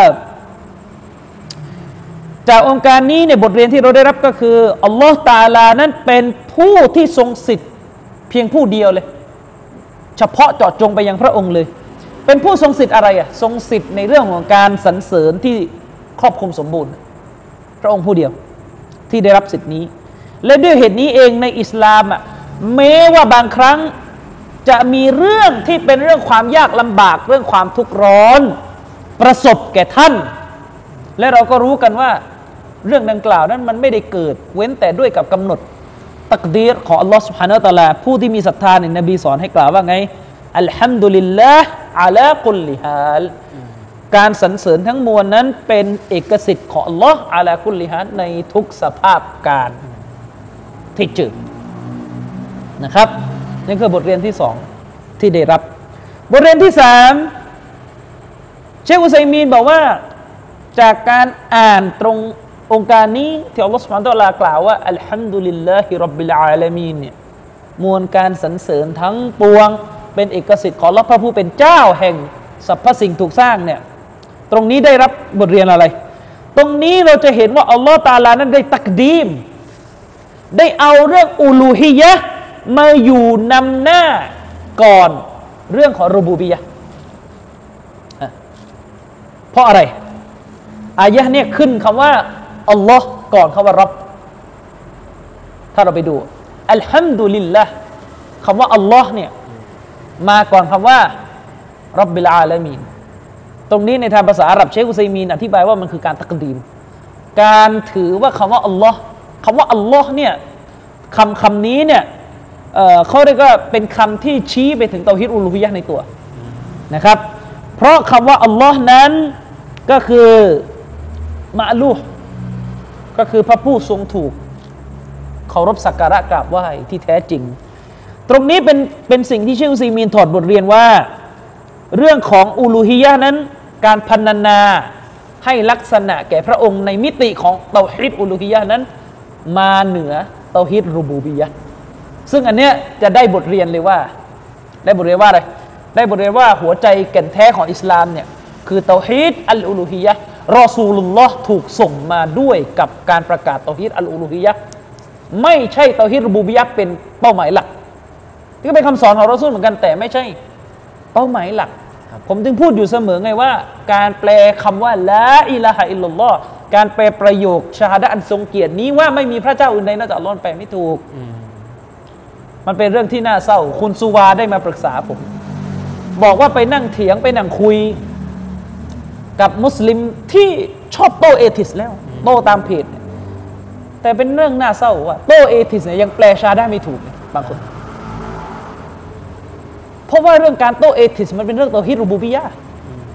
จากองค์การนี้เนี่ยบทเรียนที่เราได้รับก็คืออัลลอฮฺตะอาลานั้นเป็นผู้ที่ทรงสิทธิ์เพียงผู้เดียวเลยเฉพาะเจาะจงไปยังพระองค์เลยเป็นผู้ทรงสิทธิ์อะไรอ่ะทรงสิทธิ์ในเรื่องของการสรรเสริญที่ครอบคลุมสมบูรณ์พระองค์ผู้เดียวที่ได้รับสิทธินี้และด้วยเหตุนี้เองในอิสลามอ่ะแม้ว่าบางครั้งจะมีเรื่องที่เป็นเรื่องความยากลำบากเรื่องความทุกข์ร้อนประสบแก่ท่านและเราก็รู้กันว่าเรื่องดังกล่าวนั้นมันไม่ได้เกิดเว้นแต่ด้วยกับกำหนดตักดีรของอัลลอฮฺ سبحانه และ تعالى ผู้ที่มีศรัทธาในนบีสอนให้กล่าวว่าไงอัลฮัมดุลิลลาห์อะลากุลลิฮาลการสรรเสริญทั้งมวลนั้นเป็นเอกสิทธิ์ของอัลลอฮ์อะลากุลลิฮาลในทุกสภาพการที่เจอนะครับนี่คือบทเรียนที่สองที่ได้รับบทเรียนที่สามเชคอุซัยมีนบอกว่าจากการอ่านตรงองค์การนี้ที่อัลลอฮฺ سبحانه และ تعالى กล่าวว่าอัลฮัมดุลิลลาฮิร็อบบิลอาลามีนเนี่ยมวลการสรรเสริญทั้งปวงเป็นเอกสิทธิ์ของอัลเลาะห์พระผู้เป็นเจ้าแห่งสรรพสิ่งถูกสร้างเนี่ยตรงนี้ได้รับบทเรียนอะไรตรงนี้เราจะเห็นว่าอัลลอฮฺตะอาลานั้นได้ตักดีมได้เอาเรื่องอูลูฮียะห์มาอยู่นำหน้าก่อนเรื่องของรูบูบียะห์เพราะอะไรอายะห์เนี่ยขึ้นคำว่าอัลลอฮ์ก่อนคำว่ารับถ้าเราไปดูอัลฮัมดุลิลละห์คำว่าอัลลอฮ์เนี่ยมาก่อนคำว่ารับบิลอาลามีนตรงนี้ในทางภาษาอาหรับเชคอุซัยมีนอธิบายว่ามันคือการตักดีมการถือว่าคำว่าอัลลอฮ์คำว่าอัลลอฮ์เนี่ยคำคำนี้เนี่ยเอ่อเขาเรียกว่าเป็นคำที่ชี้ไปถึงเตาฮีดอุลูฮียะห์ในตัวนะครับเพราะคำว่าอัลลอฮ์นั้นก็คือมะลูฮ์ก็คือพระผู้ทรงถูกเคารพสักการะกราบไหว้ที่แท้จริงตรงนี้เป็นเป็นสิ่งที่เชคอุซัยมีนถอดบทเรียนว่าเรื่องของอูลูฮียะห์นั้นการพรรณนาให้ลักษณะแก่พระองค์ในมิติของเตาฮีดอูลูฮียะห์นั้นมาเหนือเตาฮีดรูบูบียะห์ซึ่งอันเนี้ยจะได้บทเรียนเลยว่าได้บทเรียนว่าอะไรได้บทเรียนว่าหัวใจแก่นแท้ของอิสลามเนี่ยคือเตาฮีดอัลอูลูฮียะห์รอซูลุลลอฮ์ถูกส่งมาด้วยกับการประกาศเตาฮีดอัลอูลูฮียะห์ไม่ใช่เตาฮีดรูบูบียะห์เป็นเป้าหมายหลักนี่ก็เป็นคำสอนของรอซูลเหมือนกันแต่ไม่ใช่เป้าหมายหลักผมจึงพูดอยู่เสมอไงว่าการแปลคำว่าละอิลาฮะอิลลัลลอฮ์การแปลประโยคชาฮาดะห์อันทรงเกียรตินี้ว่าไม่มีพระเจ้าอื่นใดนอกจากอัลเลาะห์แปลไม่ถูกมันเป็นเรื่องที่น่าเศร้าคุณซูวาได้มาปรึกษาผมบอกว่าไปนั่งเถียงไปนั่งคุยกับมุสลิมที่ชอบโตเอทิสแล้วโตตามเพจแต่เป็นเรื่องน่าเศร้าว่าโตเอทิสเนี่ยยังแปลชาได้ไม่ถูกบางคนเพราะว่าเรื่องการโตเอทิสมันเป็นเรื่องเตาฮีดรูบูบิยะห์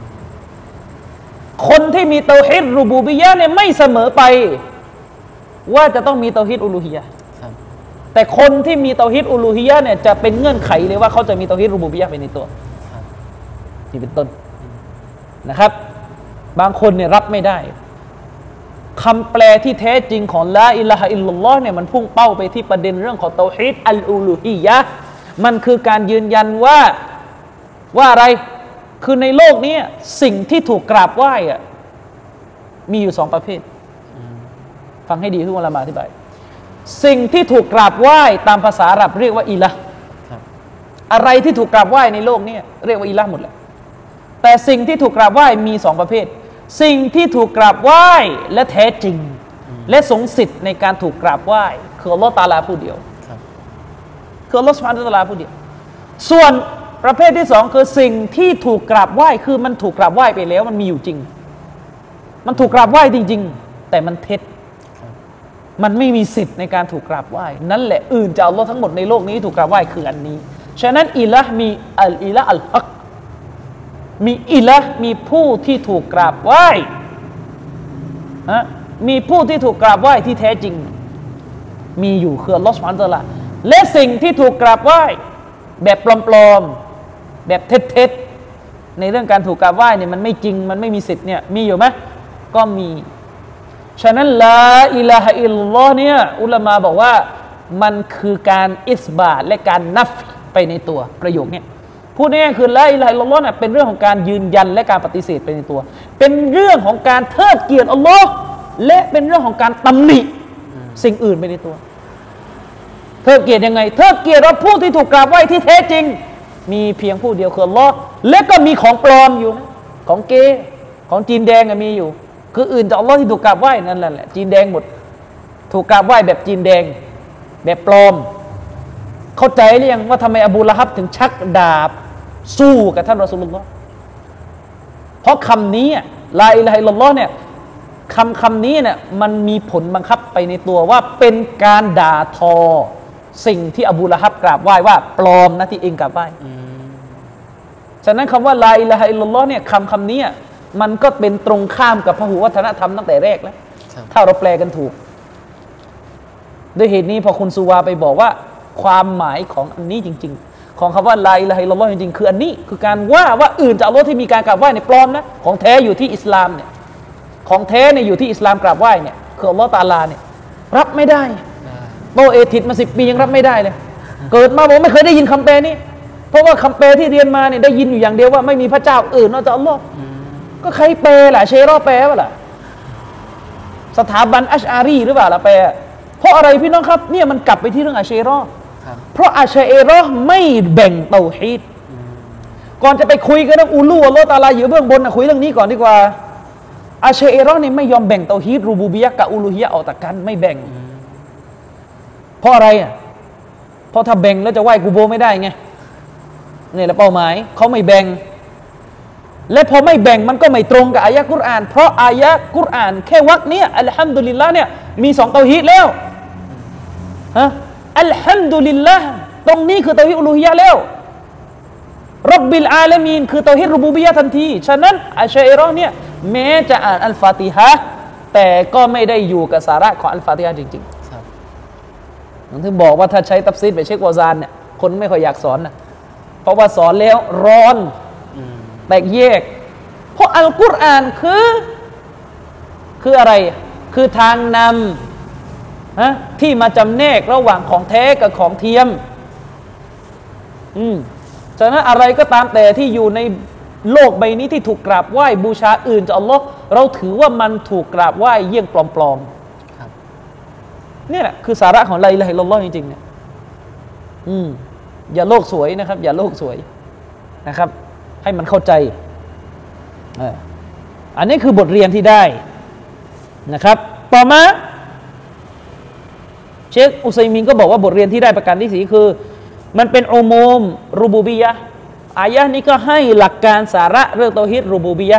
คนที่มีเตาฮีดรูบูบิยะห์เนี่ยไม่เสมอไปว่าจะต้องมีเตาฮีดอุลูฮียะห์แต่คนที่มีเตาฮีดอุลูฮียะห์เนี่ยจะเป็นเงื่อนไขเลยว่าเขาจะมีเตาฮีดรูบูบิยะห์ไปในตัวนี่เป็นต้นนะครับบางคนเนี่ยรับไม่ได้คำแปลที่แท้จริงของลาอิลาฮะอิลลัลลอฮ์เนี่ยมันพุ่งเป้าไปที่ประเด็นเรื่องของเตาฮีดอัลอูลูฮียะห์มันคือการยืนยันว่าว่าอะไรคือในโลกนี้สิ่งที่ถูกกราบไหว้อะมีอยู่สองประเภทฟังให้ดีทุกคนละมาอธิบายสิ่งที่ถูกกราบไหว้ตามภาษาอาหรับเรียกว่าอิละห์อะไรที่ถูกกราบไหว้ในโลกนี้เรียกว่าอิละห์หมดแหละแต่สิ่งที่ถูกกราบไหว้มีสองประเภทสิ่งที่ถูกกราบไหว้และแท้จริงและสงสิทธิ์ในการถูกกราบไหว้คืออัลลอฮฺตะอาลาผู้เดียวคืออัลลอฮฺซุบฮานะฮูวะตะอาลาผู้เดียวส่วนประเภทที่สองคือสิ่งที่ถูกกราบไหว้คือมันถูกกราบไหว้ไปแล้วมันมีอยู่จริงมันถูกกราบไหว้จริงๆแต่มันเท็จมันไม่มีสิทธิ์ในการถูกกราบไหว้นั่นแหละอื่นจากอัลลอฮ์ทั้งหมดในโลกนี้ถูกกราบไหว้คืออันนี้ฉะนั้นอิละห์มีอัลอิละห์อัลฮักมีอิละห์มีผู้ที่ถูกกราบไหว้ฮะมีผู้ที่ถูกกราบไหว้ที่แท้จริงมีอยู่คืออัลลอฮ์ซุบฮานะฮูวะตะอาลาและสิ่งที่ถูกกราบไหว้แบบปลอมๆแบบเท็จๆในเรื่องการถูกกราบไหว้เนี่ยมันไม่จริงมันไม่มีสิทธิ์เนี่ยมีอยู่ไหมก็มีฉะนั้นลาอิลาฮะอิลลัลลอฮ์เนี่ยอุลามะบอกว่ามันคือการอิสบาตและการนัฟไปในตัวประโยคนี้พูดง่ายๆคือลาอิลาฮะอิลลัลลอฮ์เนี่ยเป็นเรื่องของการยืนยันและการปฏิเสธไปในตัวเป็นเรื่องของการเทิดเกียรติอัลลอฮ์และเป็นเรื่องของการตำหนิสิ่งอื่นไปในตัวเทิดเกียรติยังไงเทิดเกียรติว่าผู้ที่ถูกกราบไหว้ที่แท้จริงมีเพียงผู้เดียวคืออัลลอฮ์และก็มีของปลอมอยู่นะของเกของจีนแดงมีอยู่คืออื่นจากอัลลอฮ์ที่ถูกกราบไหว้นั่นแหละจีนแดงหมดถูกกราบไหว้แบบจีนแดงแบบปลอมเข้าใจหรือยังว่าทำไมอบูละฮับถึงชักดาบสู้กับท่านรอซูลุลลอฮ์เพราะคำนี้ลาอิลาฮะอิลลัลลอฮ์เนี่ยคำคำนี้เนี่ยมันมีผลบังคับไปในตัวว่าเป็นการด่าทอสิ่งที่อบูละฮับกราบไหว้ว่าปลอมนะที่เองกราบไหว้ฉะนั้นคำว่าลาอิลาฮะอิลลัลลอฮ์เนี่ยคำคำนี้มันก็เป็นตรงข้ามกับพหุวัฒนธรรมตั้งแต่แรกแล้วถ้าเราแปลกันถูกด้วยเหตุนี้พอคุณซูวาไปบอกว่าความหมายของอันนี้จริงๆของคำว่าลาอิลาฮะอิลลัลลอฮ์จริงๆคืออันนี้คือการว่าว่าอื่นจากอัลลอฮ์ที่มีการกราบไหว้ในปลอมนะของแท้อยู่ที่อิสลามเนี่ยของแท้เนี่ยอยู่ที่อิสลามกราบไหว้เนี่ยคืออัลลอฮ์ตะอาลาเนี่ยรับไม่ได้โตเอทิดมาสิบปียังรับไม่ได้เลยเกิดมาผมไม่เคยได้ยินคำแปลนี้เพราะว่าคำแปลที่เรียนมาเนี่ยได้ยินอยู่อย่างเดียวว่าไม่มีพระเจ้าอื่นนอกจากอัลลอฮ์ก็ใครแปลล่ะเชรอแปลว่าล่ะสถาบันอัชอารีหรือเปล่าล่ะแปลเพราะอะไรพี่น้องครับเนี่ยมันกลับไปที่เรื่องอัชเชรอเพราะอัชเชรอไม่แบ่งเตาฮีดก่อนจะไปคุยกันเรื่องอูลูอัลลอฮ์ตะอาลาอยู่เบื้องบนนะคุยเรื่องนี้ก่อนดีกว่าอัชเชรอเนี่ยไม่ยอมแบ่งเตาฮีดรูบูบิยะห์กับอูลูฮียะห์ออกจากกันไม่แบ่งเพราะอะไรอ่ะเพราะถ้าแบ่งแล้วจะไหว้กูโบไม่ได้ไงนี่แหละเป้าหมายเขาไม่แบ่งและพอไม่แบ่งมันก็ไม่ตรงกับอายะกุรอานเพราะอายะกุรอานแค่วรรคเนี้ยอัลฮัมดุลิลละห์เนี่ยมีสองเตาฮีดแล้วฮะอัลฮัมดุลิลละห์ตรงนี้คือเตาฮีดอูลูฮียะห์แล้วร็อบบิลอาลามีนคือเตาฮีดรูบูบิยะห์ทันทีฉะนั้นอัชอะอิเราะห์เนี่ยแม้จะอ่านอัลฟาติฮะห์แต่ก็ไม่ได้อยู่กับสาระของอัลฟาติฮะห์จริงๆครับผมถึงบอกว่าถ้าใช้ตัฟซีรแบบเชควาซานเนี่ยคนไม่ค่อยอยากสอนนะเพราะว่าสอนแล้วร้อนแตกแยกเพราะอัลกุรอานคือคืออะไรคือทางนำฮะที่มาจำแนกระหว่างของแท้กับของเทียมอืมฉะนั้นอะไรก็ตามแต่ที่อยู่ในโลกใบนี้ที่ถูกกราบไหว้บูชาอื่นจากอัลลอฮ์เราถือว่ามันถูกกราบไหว้เยี่ยงปลอมๆครับนี่แหละคือสาระของลาอิลาฮะอิลลัลลอฮ์จริงๆเนี่ยอืมอย่าโลกสวยนะครับอย่าโลกสวยนะครับให้มันเข้าใจอันนี้คือบทเรียนที่ได้นะครับต่อมาเชคอุซัยมินก็บอกว่าบทเรียนที่ได้ประการที่สี่คือมันเป็นอุมูมรูบูบิยะห์อายะห์นี้ก็ให้หลักการสาระเรื่องเตาฮีดรูบูบิยะห์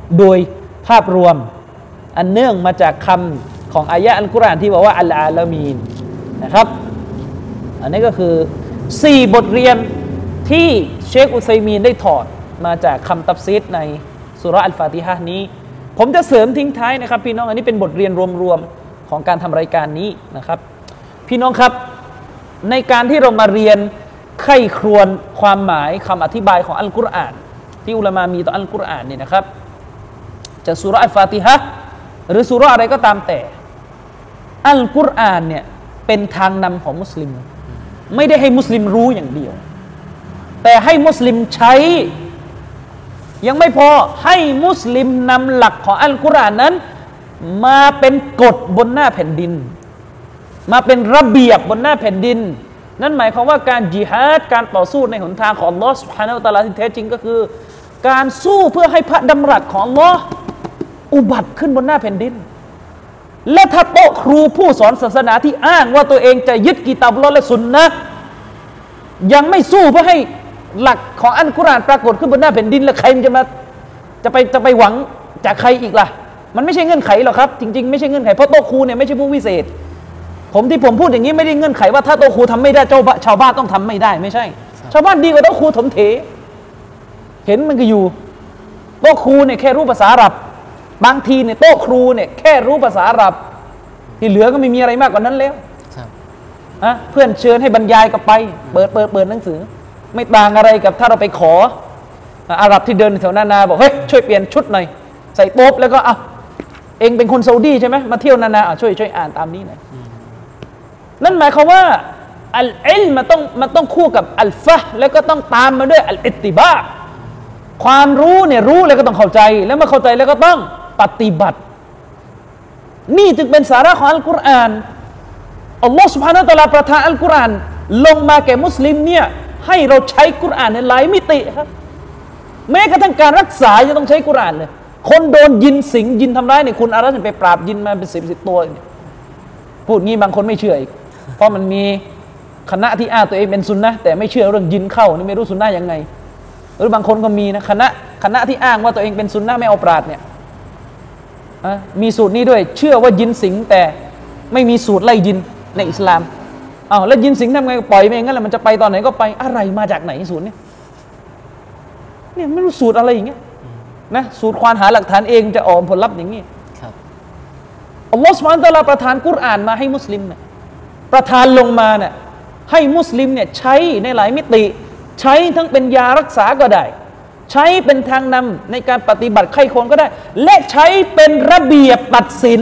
โดยภาพรวมอันเนื่องมาจากคำของอายะห์อัลกุรอานที่บอกว่าอัลอาลามีนนะครับอันนี้ก็คือสี่บทเรียนที่เชคอุซัยมีนได้ถอดมาจากคำตัฟซีรในซูเราะห์อัลฟาติฮะห์นี้ผมจะเสริมทิ้งท้ายนะครับพี่น้องอันนี้เป็นบทเรียนรวมๆของการทำรายการนี้นะครับพี่น้องครับในการที่เรามาเรียนไข้ครวญความหมายคำอธิบายของอัลกุรอานที่อุลามะมีต่ออัลกุรอานเนี่ยนะครับจะซูเราะห์อัลฟาติฮะห์หรือซูเราะห์อะไรก็ตามแต่อัลกุรอานเนี่ยเป็นทางนำของมุสลิมไม่ได้ให้มุสลิมรู้อย่างเดียวแต่ให้มุสลิมใช้ยังไม่พอให้มุสลิมนำหลักของอัลกุรอานนั้นมาเป็นกฎบนหน้าแผ่นดินมาเป็นระเบียบบนหน้าแผ่นดินนั่นหมายความว่าการญิฮาดการต่อสู้ในหนทางของอัลลอฮฺซุบฮานะฮูวะตะอาลาที่แท้จริงก็คือการสู้เพื่อให้พระดำรัสของอัลลอฮฺอุบัติขึ้นบนหน้าแผ่นดินและถ้าโต๊ะครูผู้สอนศาสนาที่อ้างว่าตัวเองจะยึดกิตาบุลลอฮ์และสุนนะห์ยังไม่สู้เพื่อให้หลักของอัลกุรอานปรากฏขึ้นบนหน้าแผ่นดินแล้วใครมันจะมาจะไปจะไปหวังจากใครอีกล่ะมันไม่ใช่เงื่อนไขหรอกครับจริงๆไม่ใช่เงื่อนไขเพราะโต๊ะครูเนี่ยไม่ใช่ผู้วิเศษผมที่ผมพูดอย่างนี้ไม่ได้เงื่อนไขว่าถ้าโต๊ะครูทำไม่ได้เจ้าชาวบ้านต้องทำไม่ได้ไม่ใช่ชาวบ้านดีกว่าโต๊ะครูถมเถเห็นมันก็อยู่โต๊ะครูเนี่ยแค่รู้ภาษาอาหรับบางทีเนี่ยโต๊ะครูเนี่ยแค่รู้ภาษาอาหรับที่เหลือก็ไม่มีอะไรมากกว่านั้นแล้วอะเพื่อนเชิญให้บรรยายก็ไปเปิดเปิดเปิดหนังสือไม่ต่างอะไรกับถ้าเราไปขออาหรับที่เดินแถวนานาบอกเฮ้ยช่วยเปลี่ยนชุดหน่อยใส่โป๊บแล้วก็อ่ะเองเป็นคนซาอุดีใช่ไหมมาเที่ยวนานาอ่ะช่วยช่วยอ่านตามนี้หน่อยนั่นหมายความว่าอัลอิลมันต้องมันต้องคู่กับอัลฟะห์แล้วก็ต้องตามมาด้วยอัลอิตติบะห์ความรู้เนี่ยรู้แล้วก็ต้องเข้าใจแล้วเมื่อเข้าใจแล้วก็ต้องปฏิบัตินี่จึงเป็นสาระของอัลกุรอานอัลลอฮฺ سبحانه และ تعالى ประทานอัลกุรอานลงมาแก่มุสลิมเนี่ยให้เราใช้กุรอานในหลายมิติครับแม้กระทั่งการรักษาจะต้องใช้กุรอานเลยคนโดนยินสิงยินทำร้ายเนี่ยคุณอารัชไปปราบยินมาเป็นสิบสิบตัวเนี่ยพูดงี้บางคนไม่เชื่ออีกเพราะมันมีคณะที่อ้างตัวเองเป็นซุนนะห์แต่ไม่เชื่อเรื่องยินเข้านี่ไม่รู้ซุนนะห์ยังไงหรือบางคนก็มีนะคณะคณะที่อ้างว่าตัวเองเป็นซุนนะห์ไม่เอาปราดเนี่ยมีสูตรนี้ด้วยเชื่อว่ายินสิงแต่ไม่มีสูตรไล่ยินในอิสลามอ้าวแล้วยินสิงทำไงปล่อยไปอย่างนั้นแหละมันจะไปตอนไหนก็ไปอะไรมาจากไหนสูตรนี้เนี่ยไม่รู้สูตรอะไรอย่างเงี้ยนะสูตรควานหาหลักฐานเองจะออกผลลัพธ์อย่างนี้ครับอัลลอฮฺซุบฮานะฮูวะตะอาลาประทานกุรอานมาให้มุสลิมเนี่ยประทานลงมาเนี่ยให้มุสลิมเนี่ยใช้ในหลายมิติใช้ทั้งเป็นยารักษาก็ได้ใช้เป็นทางนำในการปฏิบัติไข้ควรก็ได้และใช้เป็นระเบียบตัดสิน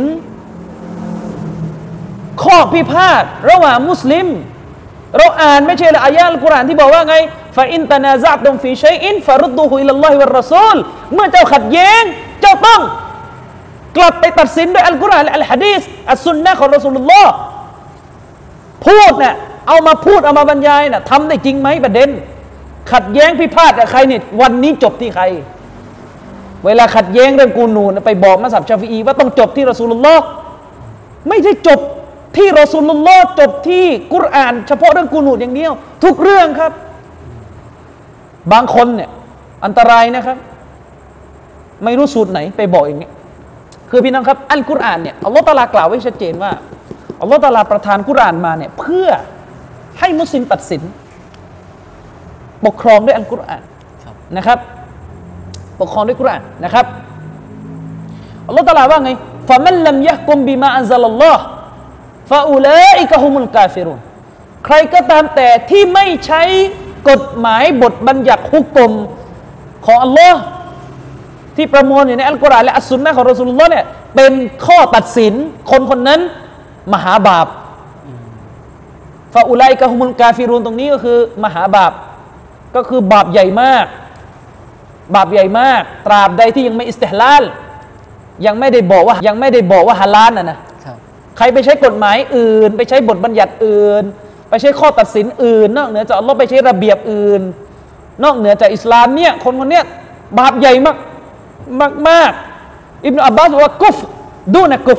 ข้อพิพาทระหว่างมุสลิมเราอ่านไม่ใช่ละอายะห์อัลกุรอานที่บอกว่าไงฟาอินตะนาซะตุมฟีชัยอินฟารุดดูฮุอิลลัลลอฮิวัรรอซูลเมื่อเจ้าขัดแย้งเจ้าต้องกลับไปตัดสินด้วยอัลกุรอานและอัลหะดีษอัสซุนนะห์ของรอซูลุลลอฮ์พูดเนี่ยเอามาพูดเอามาบรรยายน่ะทำได้จริงไหมประเด็นขัดแย้งพิพาทกับใครเนี่ยวันนี้จบที่ใครเวลาขัดแย้งเรื่องกูนูนไปบอกมัซฮับชาฟิอีว่าต้องจบที่รอซูลุลลอฮ์ไม่ใช่จบที่รอซูลุลลอฮ์จบที่กุรอานเฉพาะเรื่องกูนูนอย่างเดียวทุกเรื่องครับบางคนเนี่ยอันตรายนะครับไม่รู้สูตรไหนไปบอกอย่างนี้คือพี่น้องครับอัลกุรอานเนี่ยอัลลอฮ์ตะอาลากล่าวไว้ชัดเจนว่าอัลลอฮ์ตะอาลาประทานกุรอานมาเนี่ยเพื่อให้มุสลิมตัดสินปกครองด้วยอัลกุรอานนะครับปกครองด้วยกุรอานนะครับอัลลอฮ์ตะอาลาว่าไงฟะมันลัมยะฮ์กุมบิมาอันซะลัลลอฮ์ฟะอูลาอิกะฮุมุลกาฟิรุนใครก็ตามแต่ที่ไม่ใช้กฎหมายบทบัญญัติฮุกกลมของอัลลอฮ์ที่ประมวลอยู่ในอัลกุรอานและอัสซุนนะห์ของรอซูลุลลอฮ์เนี่ยเป็นข้อตัดสินคนคนนั้นมหาบาปฟาอุไลกะฮุมุลกาฟิรุนตรงนี้ก็คือมหาบาปก็คือบาปใหญ่มากบาปใหญ่มากตราบใดที่ยังไม่อิสติฮลาลยังไม่ได้บอกว่ายังไม่ได้บอกว่าฮาลาลน่ะนะใครไปใช้กฎหมายอื่นไปใช้บทบัญญัติอื่นไปใช้ข้อตัดสินอื่นนอกเหนือจากอัลลอฮ์ไปใช้ระเบียบอื่นนอกเหนือจากอิสลามเนี่ยคนคนเนี้ยบาปใหญ่มากมากมากอิบนุอับบาสบอกว่ากุฟดูนะกุฟ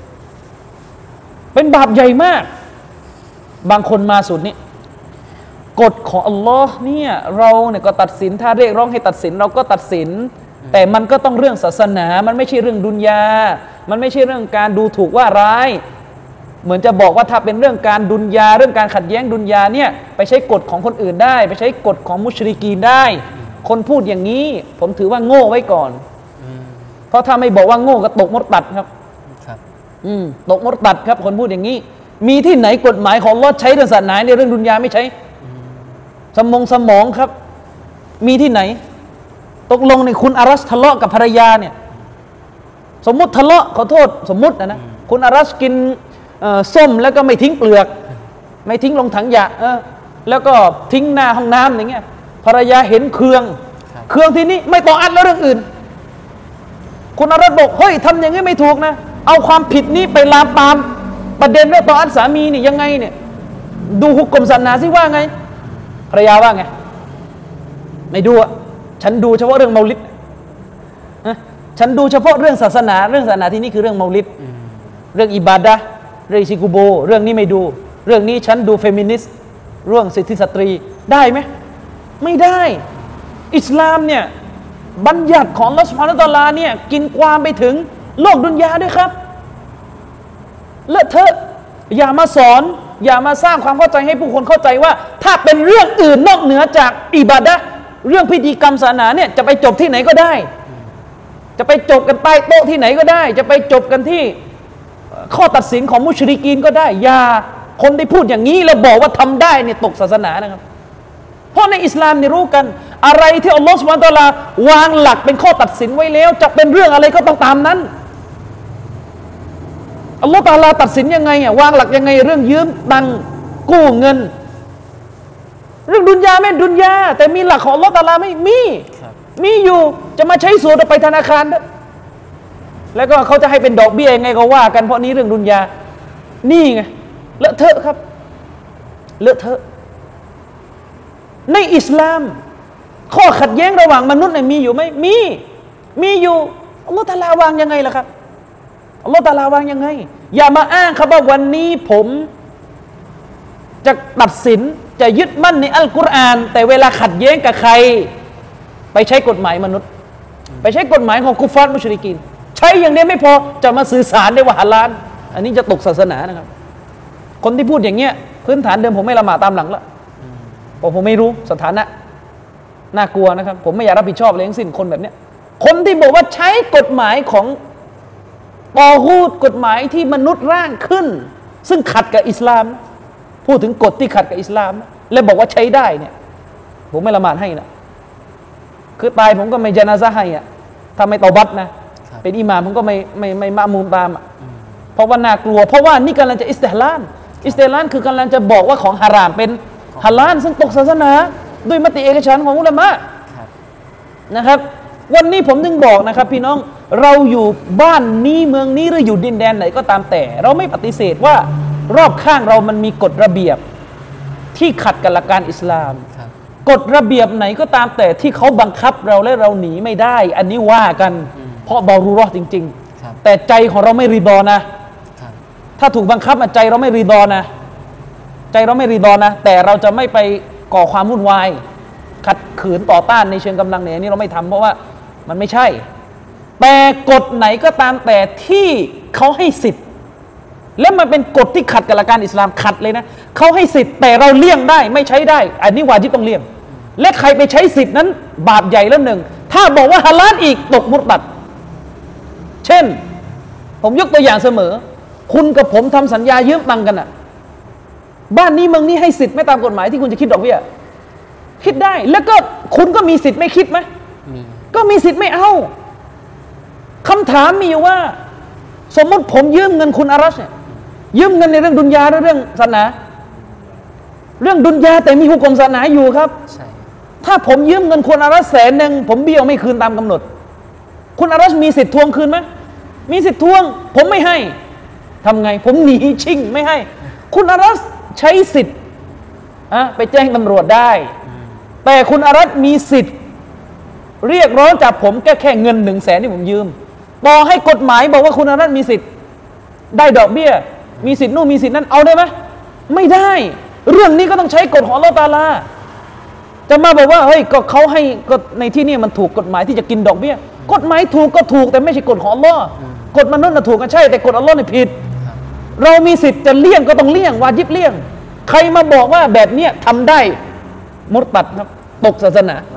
เป็นบาปใหญ่มากบางคนมาสุดนี้กฎของอัลลอฮ์เนี่ยเราเนี่ยก็ตัดสินถ้าเรียกร้องให้ตัดสินเราก็ตัดสินแต่มันก็ต้องเรื่องศาสนามันไม่ใช่เรื่องดุนยามันไม่ใช่เรื่องการดูถูกว่าร้ายเหมือนจะบอกว่าถ้าเป็นเรื่องการดุนยาเรื่องการขัดแย้งดุนยาเนี่ยไปใช้กฎของคนอื่นได้ไปใช้กฎของมุชริกีนได้คนพูดอย่างนี้ผมถือว่าโง่ไว้ก่อนเพราะถ้าไม่บอกว่าโง่ก็ตกมุรตัดครับครับอืมตกมุรตัดครับคนพูดอย่างนี้มีที่ไหนกฎหมายของอัลเลาะห์ใช้เรื่องศาสนาในเรื่องดุนยาไม่ใช้สมองสมองครับมีที่ไหนตกลงในคุณอารัสทะเลาะกับภรรยาเนี่ยสมมุติทะเลาะขอโทษสมมุตินะนะคุณอารัสกินส้มแล้วก็ไม่ทิ้งเปลือกไม่ทิ้งลงถังขยะเออแล้วก็ทิ้งหน้าห้องน้ำอย่างเงี้ยภรรยาเห็นเคืองเคืองทีนี้ไม่ต่ออัดแล้วเรื่องอื่นคุณอารัสบอกเฮ้ยทำอย่างนี้ไม่ถูกนะเอาความผิดนี้ไปลามปามประเด็นเรื่องต่ออัดสามีนี่ยังไงเนี่ยดูหุกกลมศาสนาสิว่าไงภรรยาว่าไงไม่ดูอ่ะฉันดูเฉพาะเรื่องเมาลิดนะฉันดูเฉพาะเรื่องศาสนาเรื่องศาสนาที่นี่คือเรื่องเมาลิดเรื่องอิบาดะห์เรื่องอิซิกุโบเรื่องนี้ไม่ดูเรื่องนี้ฉันดูเฟมินิสต์เรื่องสิทธิสตรีได้ไหมไม่ได้อิสลามเนี่ยบัญญัติของอัลเลาะห์ซุบฮานะฮูวะตะอาลาเนี่ยกินความไปถึงโลกดุนยาด้วยครับและเธออย่ามาสอนอย่ามาสร้างความเข้าใจให้ผู้คนเข้าใจว่าถ้าเป็นเรื่องอื่นนอกเหนือจากอิบาดะห์เรื่องพิธีกรรมศาสนาเนี่ยจะไปจบที่ไหนก็ได้จะไปจบกันใต้โต๊ะที่ไหนก็ได้จะไปจบกันที่ข้อตัดสินของมุชริกีนก็ได้อย่าคนที่พูดอย่างนี้แล้วบอกว่าทำได้เนี่ยตกศาสนานะครับเพราะในอิสลามเนี่ยรู้กันอะไรที่อัลลอฮฺซุบฮานะฮูวะตะอาลาวางหลักเป็นข้อตัดสินไว้แล้วจะเป็นเรื่องอะไรก็ต้องตามนั้นอัลลอฮฺตะอาลาตัดสินยังไงอ่ะวางหลักยังไงเรื่องยืมตังค์กู้เงินเรื่องดุนยาไม่ดุนยาแต่มีหลักของอัลลอฮฺตะอาลาไม่มีมีอยู่จะมาใช้สูตรไปธนาคารนะแล้วก็เขาจะให้เป็นดอกเบี้ยยังไงก็ว่ากันเพราะนี้เรื่องดุนยานี่ไงเลอะเทอะครับเลอะเทอะในอิสลามข้อขัดแย้งระหว่างมนุษย์เนี่ยมีอยู่ไหมมีมีอยู่อัลลอฮฺตะอาลาวางยังไงล่ะครับอัลลอฮฺตะอาลาวางยังไงอย่ามาอ้างครับว่าวันนี้ผมจะตัดสินจะยึดมั่นในอัลกุรอานแต่เวลาขัดแย้งกับใครไปใช้กฎหมายมนุษย์ไปใช้กฎหมายของกุฟาร์มุชริกีนใช้อย่างนี้ไม่พอจะมาสื่อสารได้ว่าฮาลาลอันนี้จะตกศาสนานะครับคนที่พูดอย่างเงี้ยพื้นฐานเดิมผมไม่ละหมาดตามหลังละเพราะผมไม่รู้สถานะน่ากลัวนะครับผมไม่อยากรับผิดชอบเลยทั้งสิ้นคนแบบเนี้ยคนที่บอกว่าใช้กฎหมายของตอฮูดกฎหมายที่มนุษย์ร่างขึ้นซึ่งขัดกับอิสลามพูดถึงกฎที่ขัดกับอิสลามแล้วบอกว่าใช้ได้เนี่ยผมไม่ละหมาดให้นะคือตายผมก็ไม่ญะนาซะห์ให้อ่ะถ้าไม่ตอบัตนะเป็นอิหม่ามผมก็ไม่ไม่ไม่มะมูมตามอ่ะเพราะว่าน่ากลัวเพราะว่านี่กำลังจะอิสติฮลาลอิสติฮลาลคือกำลังจะบอกว่าของฮารามเป็นฮาลาลซึ่งตกศาสนาด้วยมติเอกฉันท์ของอุลามะนะครับวันนี้ผมถึงบอกนะครับพี่น้องเราอยู่บ้านนี้เมืองนี้หรืออยู่ดินแดนไหนก็ตามแต่เราไม่ปฏิเสธว่ารอบข้างเรามันมีกฎระเบียบที่ขัดกับหลักการอิสลามกฎระเบียบไหนก็ตามแต่ที่เขาบังคับเราและเราหนีไม่ได้อันนี้ว่ากันเพราะบารูเราะห์จริงๆแต่ใจของเราไม่รีดอนะถ้าถูกบังคับใจเราไม่รีดอนะใจเราไม่รีดอนะแต่เราจะไม่ไปก่อความวุ่นวายขัดขืนต่อต้านในเชิงกำลังเนี่ยอันนี้เราไม่ทำเพราะว่ามันไม่ใช่แต่กฎไหนก็ตามแต่ที่เขาให้สิทธิ์แล้วมันเป็นกฎที่ขัดกับหลักการอิสลามขัดเลยนะเขาให้สิทธิ์แต่เราเลี่ยงได้ไม่ใช้ได้อันนี้วาญิบต้องเลี่ยงและใครไปใช้สิทธิ์นั้นบาปใหญ่แล้วหนึ่งถ้าบอกว่าฮาลาลอีกตกมุรตัดเช่นผมยกตัวอย่างเสมอคุณกับผมทำสัญญายืมตังค์กันอะบ้านนี้เมืองนี้ให้สิทธิ์ไม่ตามกฎหมายที่คุณจะคิดดอกเบี้ยคิดได้แล้วก็คุณก็มีสิทธิ์ไม่คิดไหมมีก็มีสิทธิ์ไม่เอาคำถามมีอยู่ว่าสมมติผมยืมเงินคุณอารัชเนี่ยยืมเงินในเรื่องดุนยาหรือเรื่องศาสนาเรื่องดุนยาแต่มีหุกกลมศาสนาอยู่ครับใช่ถ้าผมยืมเงินคุณอารัชแสนหนึ่งผมเบี้ยวไม่คืนตามกำหนดคุณอารัชมีสิทธิ์ทวงคืนไหมมีสิทธิ์ทวงผมไม่ให้ทำไงผมหนีชิงไม่ให้คุณอารัชใช้สิทธิ์อะไปแจ้งตำรวจได้แต่คุณอารัชมีสิทธิ์เรียกร้องจากผมแค่แค่เงินหนึ่งแสนที่ผมยืมต่อให้กฎหมายบอกว่าคุณอารัชมีสิทธิ์ได้ดอกเบี้ยมีสิทธิ์นู่นมีสิทธิ์นั้นเอาได้ไหมไม่ได้เรื่องนี้ก็ต้องใช้กฎของอัลเลาะห์ตะอาลาจะมาบอกว่าเฮ้ยก็เขาให้ก็ในที่นี่มันถูกกฎหมายที่จะกินดอกเบี้ยกฎหมายถูกก็ถูกแต่ไม่ใช่กฎของอัลลอฮ์กฎมนุษย์น่ะถูกก็ใช่แต่กฎอัลลอฮ์นี่ผิดเรามีสิทธิ์จะเลี่ยงก็ต้องเลี่ยงวาญิบเลี่ยงใครมาบอกว่าแบบเนี้ยทำได้มุตตัดครับตกศาสนา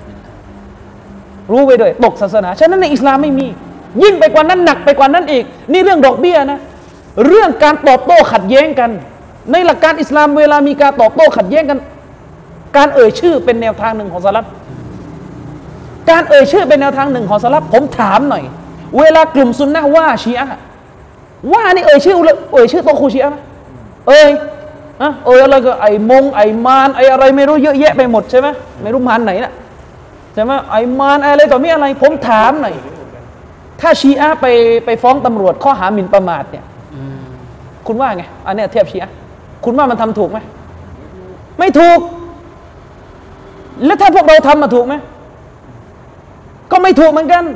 รู้ไว้ด้วยตกศาสนาฉะนั้นในอิสลามไม่มียิ่งไปกว่านั้นหนักไปกว่านั้นอีกนี่เรื่องดอกเบี้ยนะเรื่องการตอบโต้ขัดแย้งกันในหลักการอิสลามเวลามีการตอบโต้ขัดแย้งกันการเอ่ยชื่อเป็นแนวทางหนึ่งของสลับการเอ่ยชื่อเป็นแนวทางหนึ่งของสลับผมถามหน่อยเวลากลุ่มซุนนะห์ว่าชีอะห์ว่านี่เอ่ยชื่อเอ่ยชื่อโตคูชีอะห์ไหมเอ่ยอะเอ่ยอะไรก็ไอ้มงไอ้มารไอ้อะไรไม่รู้เยอะแยะไปหมดใช่ไหมไม่รู้มารไหนน่ะใช่ไหมไอ้มารอะไรต่อมีอะไรผมถามหน่อยถ้าชีอะห์ไปไปฟ้องตำรวจข้อหาหมิ่นประมาทเนี่ยคุณว่าไงอันนี้เทียบชีอะห์คุณว่ามันทำถูกไหมไม่ถูกแล้วถ้าพวกเราทำมาถูกไหมก็ไม่ถูกเหมือนกัน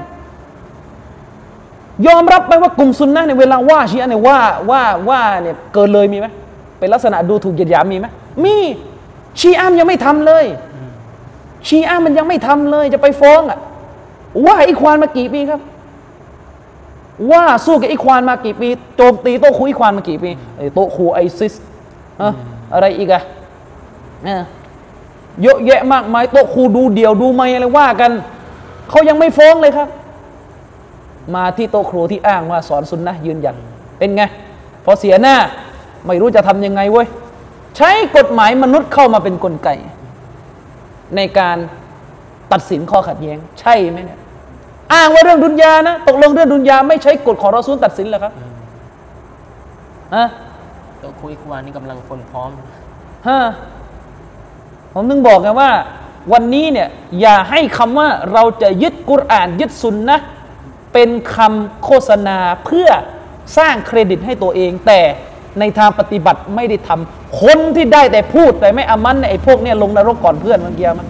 ยอมรับไหมว่ากลุ่มซุนนะห์ในเวลาว่าชีอะห์เนี่ยว่าว่าว่าเนี่ยเกินเลยมีไหมเป็นลักษณะดูถูกเหยียดหยามมีไหมมีชีอะห์ยังไม่ทำเลยชีอะห์มันยังไม่ทำเลยจะไปฟ้องอ่ะว่าอิควานมากี่ปีครับว่าสู้กับอิควานมากี่ปีโจมตีโต๊ะคูอิควานมากี่ปีไอ้โต๊ะคูไอซิสอะอะไรอีกอะเยอะแยะมากมายโต๊ะคูดูเดี่ยวดูไม่อะไรว่ากันเขายังไม่ฟ้องเลยครับมาที่โต๊ะครูที่อ้างว่าสอนซุนนะห์ยืนยันเป็นไงพอเสียหน้าไม่รู้จะทำยังไงเว้ยใช้กฎหมายมนุษย์เข้ามาเป็นกลไกในการตัดสินข้อขัดแย้งใช่ไหมเนี่ยอ้างว่าเรื่องดุนยานะตกลงเรื่องดุนยาไม่ใช้กฎของรอซูลตัดสินเหรอครับฮะโต๊ะคุยควานนี่กำลังคนพร้อมฮะผมถึงบอกไงว่าวันนี้เนี่ยอย่าให้คำว่าเราจะยึดกุรอานยึดซุนนะห์เป็นคำโฆษณาเพื่อสร้างเครดิตให้ตัวเองแต่ในทางปฏิบัติไม่ได้ทำคนที่ได้แต่พูดแต่ไม่อามันไอ้พวกเนี้ยลงนรกก่อนเพื่อนเมื่อกี้มั้ย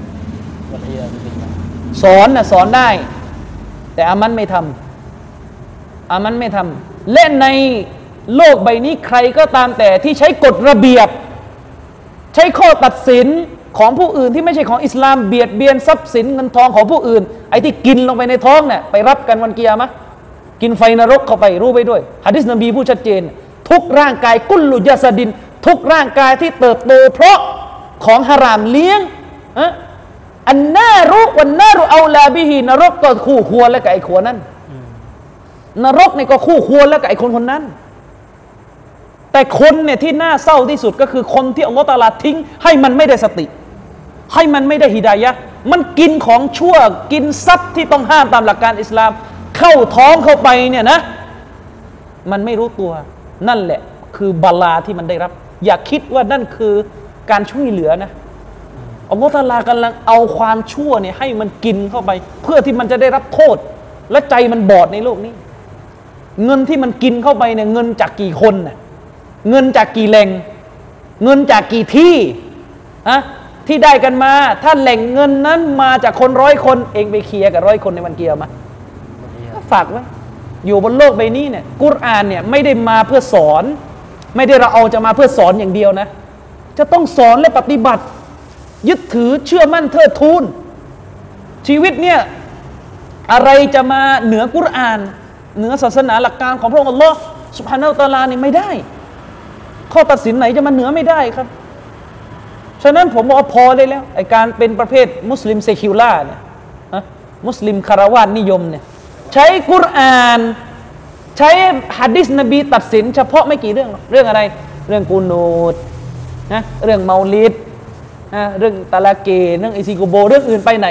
สอนน่ะสอนได้แต่อามันไม่ทำอามันไม่ทำและในโลกใบนี้ใครก็ตามแต่ที่ใช้กฎระเบียบใช้ข้อตัดสินของผู้อื่นที่ไม่ใช่ของอิสลามเบียดเบียนทรัพย์สินเงินทองของผู้อื่นไอ้ที่กินลงไปในท้องเนี่ยไปรับกันวันกิยามะห์กินไฟนรกเข้าไปรู้ไปด้วยหะดีษนบีพูดชัดเจนทุกร่างกายกุลลุยาสดินทุกร่างกายที่เติบโตเพราะของฮารามเลี้ยงอะอันนารุวันนารุเอาลาบิฮีนรกก็คู่ควรแล้วกับไอ้คนนั้นนรกนี่ก็คู่ควรแล้วกับไอ้คนคนนั้นแต่คนเนี่ยที่น่าเศร้าที่สุดก็คือคนที่อัลลอฮฺตะอาลาทิ้งให้มันไม่ได้สติให้มันไม่ได้ฮิดายะห์มันกินของชั่วกินทรัพย์ที่ต้องห้ามตามหลักการอิสลามเข้าท้องเข้าไปเนี่ยนะมันไม่รู้ตัวนั่นแหละคือบาลาที่มันได้รับอย่าคิดว่านั่นคือการช่วยเหลือนะอัลลอฮฺตะอาลากำลังเอาความชั่วเนี่ยให้มันกินเข้าไปเพื่อที่มันจะได้รับโทษและใจมันบอดในโลกนี้เงินที่มันกินเข้าไปเนี่ยเงินจากกี่คนน่ะเงินจากกี่แหล่งเงินจากกี่ที่อะที่ได้กันมาถ้าแหล่งเงินนั้นมาจากคนร้อยคนเองไปเคลียร์กับร้อยคนในวันเกียรมาก็ฝากไว้อยู่บนโลกใบนี้เนี่ยกุรอานเนี่ยไม่ได้มาเพื่อสอนไม่ได้เราเอาจะมาเพื่อสอนอย่างเดียวนะจะต้องสอนและปฏิบัติยึดถือเชื่อมั่นเทิดทูนชีวิตเนี่ยอะไรจะมาเหนือกุรอานเหนือศาสนาหลักการของพระองค์อัลลอฮ์ซุบฮานะฮูวะตะอาลานี่ไม่ได้ข้อตัดสินไหนจะมาเหนือไม่ได้ครับฉะนั้นผมบอกพอได้แล้วไอการเป็นประเภทมุสลิมเซคิวล่าเนี่ยมุสลิมคารวาสนิยมเนี่ยใช้กุรอานใช้หะดีษนบีตัดสินเฉพาะไม่กี่เรื่องเรื่องอะไรเรื่องกูนูตนะเรื่องเมาลิดนะเรื่องตะลาเกเรื่องอิซิโกโบเรื่องอื่นไปไหน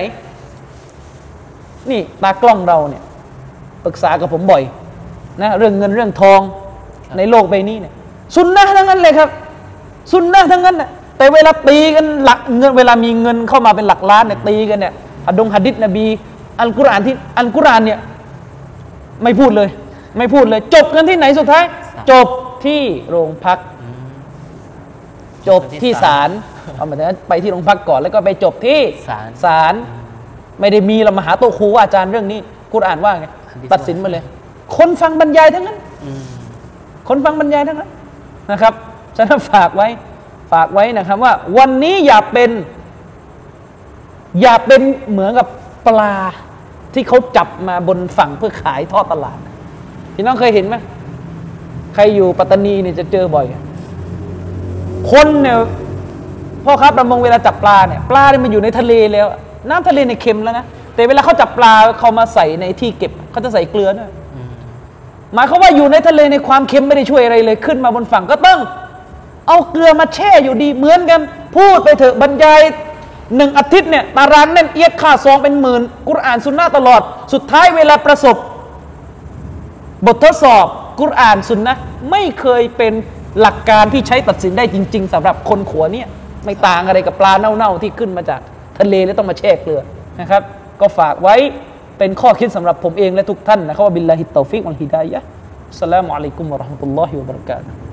นี่ตากล้องเราเนี่ยปรึกษากับผมบ่อยนะเรื่องเงินเรื่องทองในโลกใบนี้เนี่ยซุนนะห์ทั้งนั้นเลยครับซุนนะห์ทั้งนั้นน่ะแต่เวลาตีกันหลักเงินเวลามีเงินเข้ามาเป็นหลักล้านเนี่ยตีกันเนี่ยหะดงหะดีษนบีอัลกุรอานที่อัลกุรอานเนี่ยไม่พูดเลยไม่พูดเลยจบกันที่ไหนสุดท้ายจบที่โรงพักจบที่ศาลเอามาเนี่ยไปที่โรงพักก่อนแล้วก็ไปจบที่ศาลไม่ได้มีเรามาหาโตครูว่าอาจารย์เรื่องนี้กุรอานว่าไงตัดสินมาเลยคนฟังบรรยายทั้งนั้นคนฟังบรรยายทั้งนั้นนะครับฉะนั้นฝากไว้ฝากไว้นะครับว่าวันนี้อย่าเป็นอย่าเป็นเหมือนกับปลาที่เขาจับมาบนฝั่งเพื่อขายทอดตลาดพี่น้องเคยเห็นไหมใครอยู่ปัตตานีเนี่ยจะเจอบ่อยคนเนี่ยพ่อค้าประมงเวลาจับปลาเนี่ยปลาเนี่ยมันอยู่ในทะเลแล้วน้ำทะเลเนี่ยเค็มแล้วนะแต่เวลาเขาจับปลาเขามาใส่ในที่เก็บเขาจะใส่เกลือด้วยหมายความว่าอยู่ในทะเลในความเค็มไม่ได้ช่วยอะไรเลยขึ้นมาบนฝั่งก็ต้องเอาเกลือมาแช่อยู่ดีเหมือนกันพูดไปเถอะบรรยายหนึ่งอาทิตย์เนี่ยตารางแน่นเอียดค่าซองเป็นหมื่นกุรอานซุนนะห์ตลอดสุดท้ายเวลาประสบบททดสอบกุรอานซุนนะห์ไม่เคยเป็นหลักการที่ใช้ตัดสินได้จริงๆสำหรับคนขัวเนี่ยไม่ต่างอะไรกับปลาเน่าๆที่ขึ้นมาจากทะเลแล้วต้องมาแช่เกลือนะครับก็ฝากไว้เป็นข้อคิดสำหรับผมเองและทุกท่านนะครับว่าบิลลาฮิตตอฟิกวัลฮิดายะฮ์อัสสลามุอะลัยกุมวะเราะห์มะตุลลอฮิวะบะเราะกาตุฮ์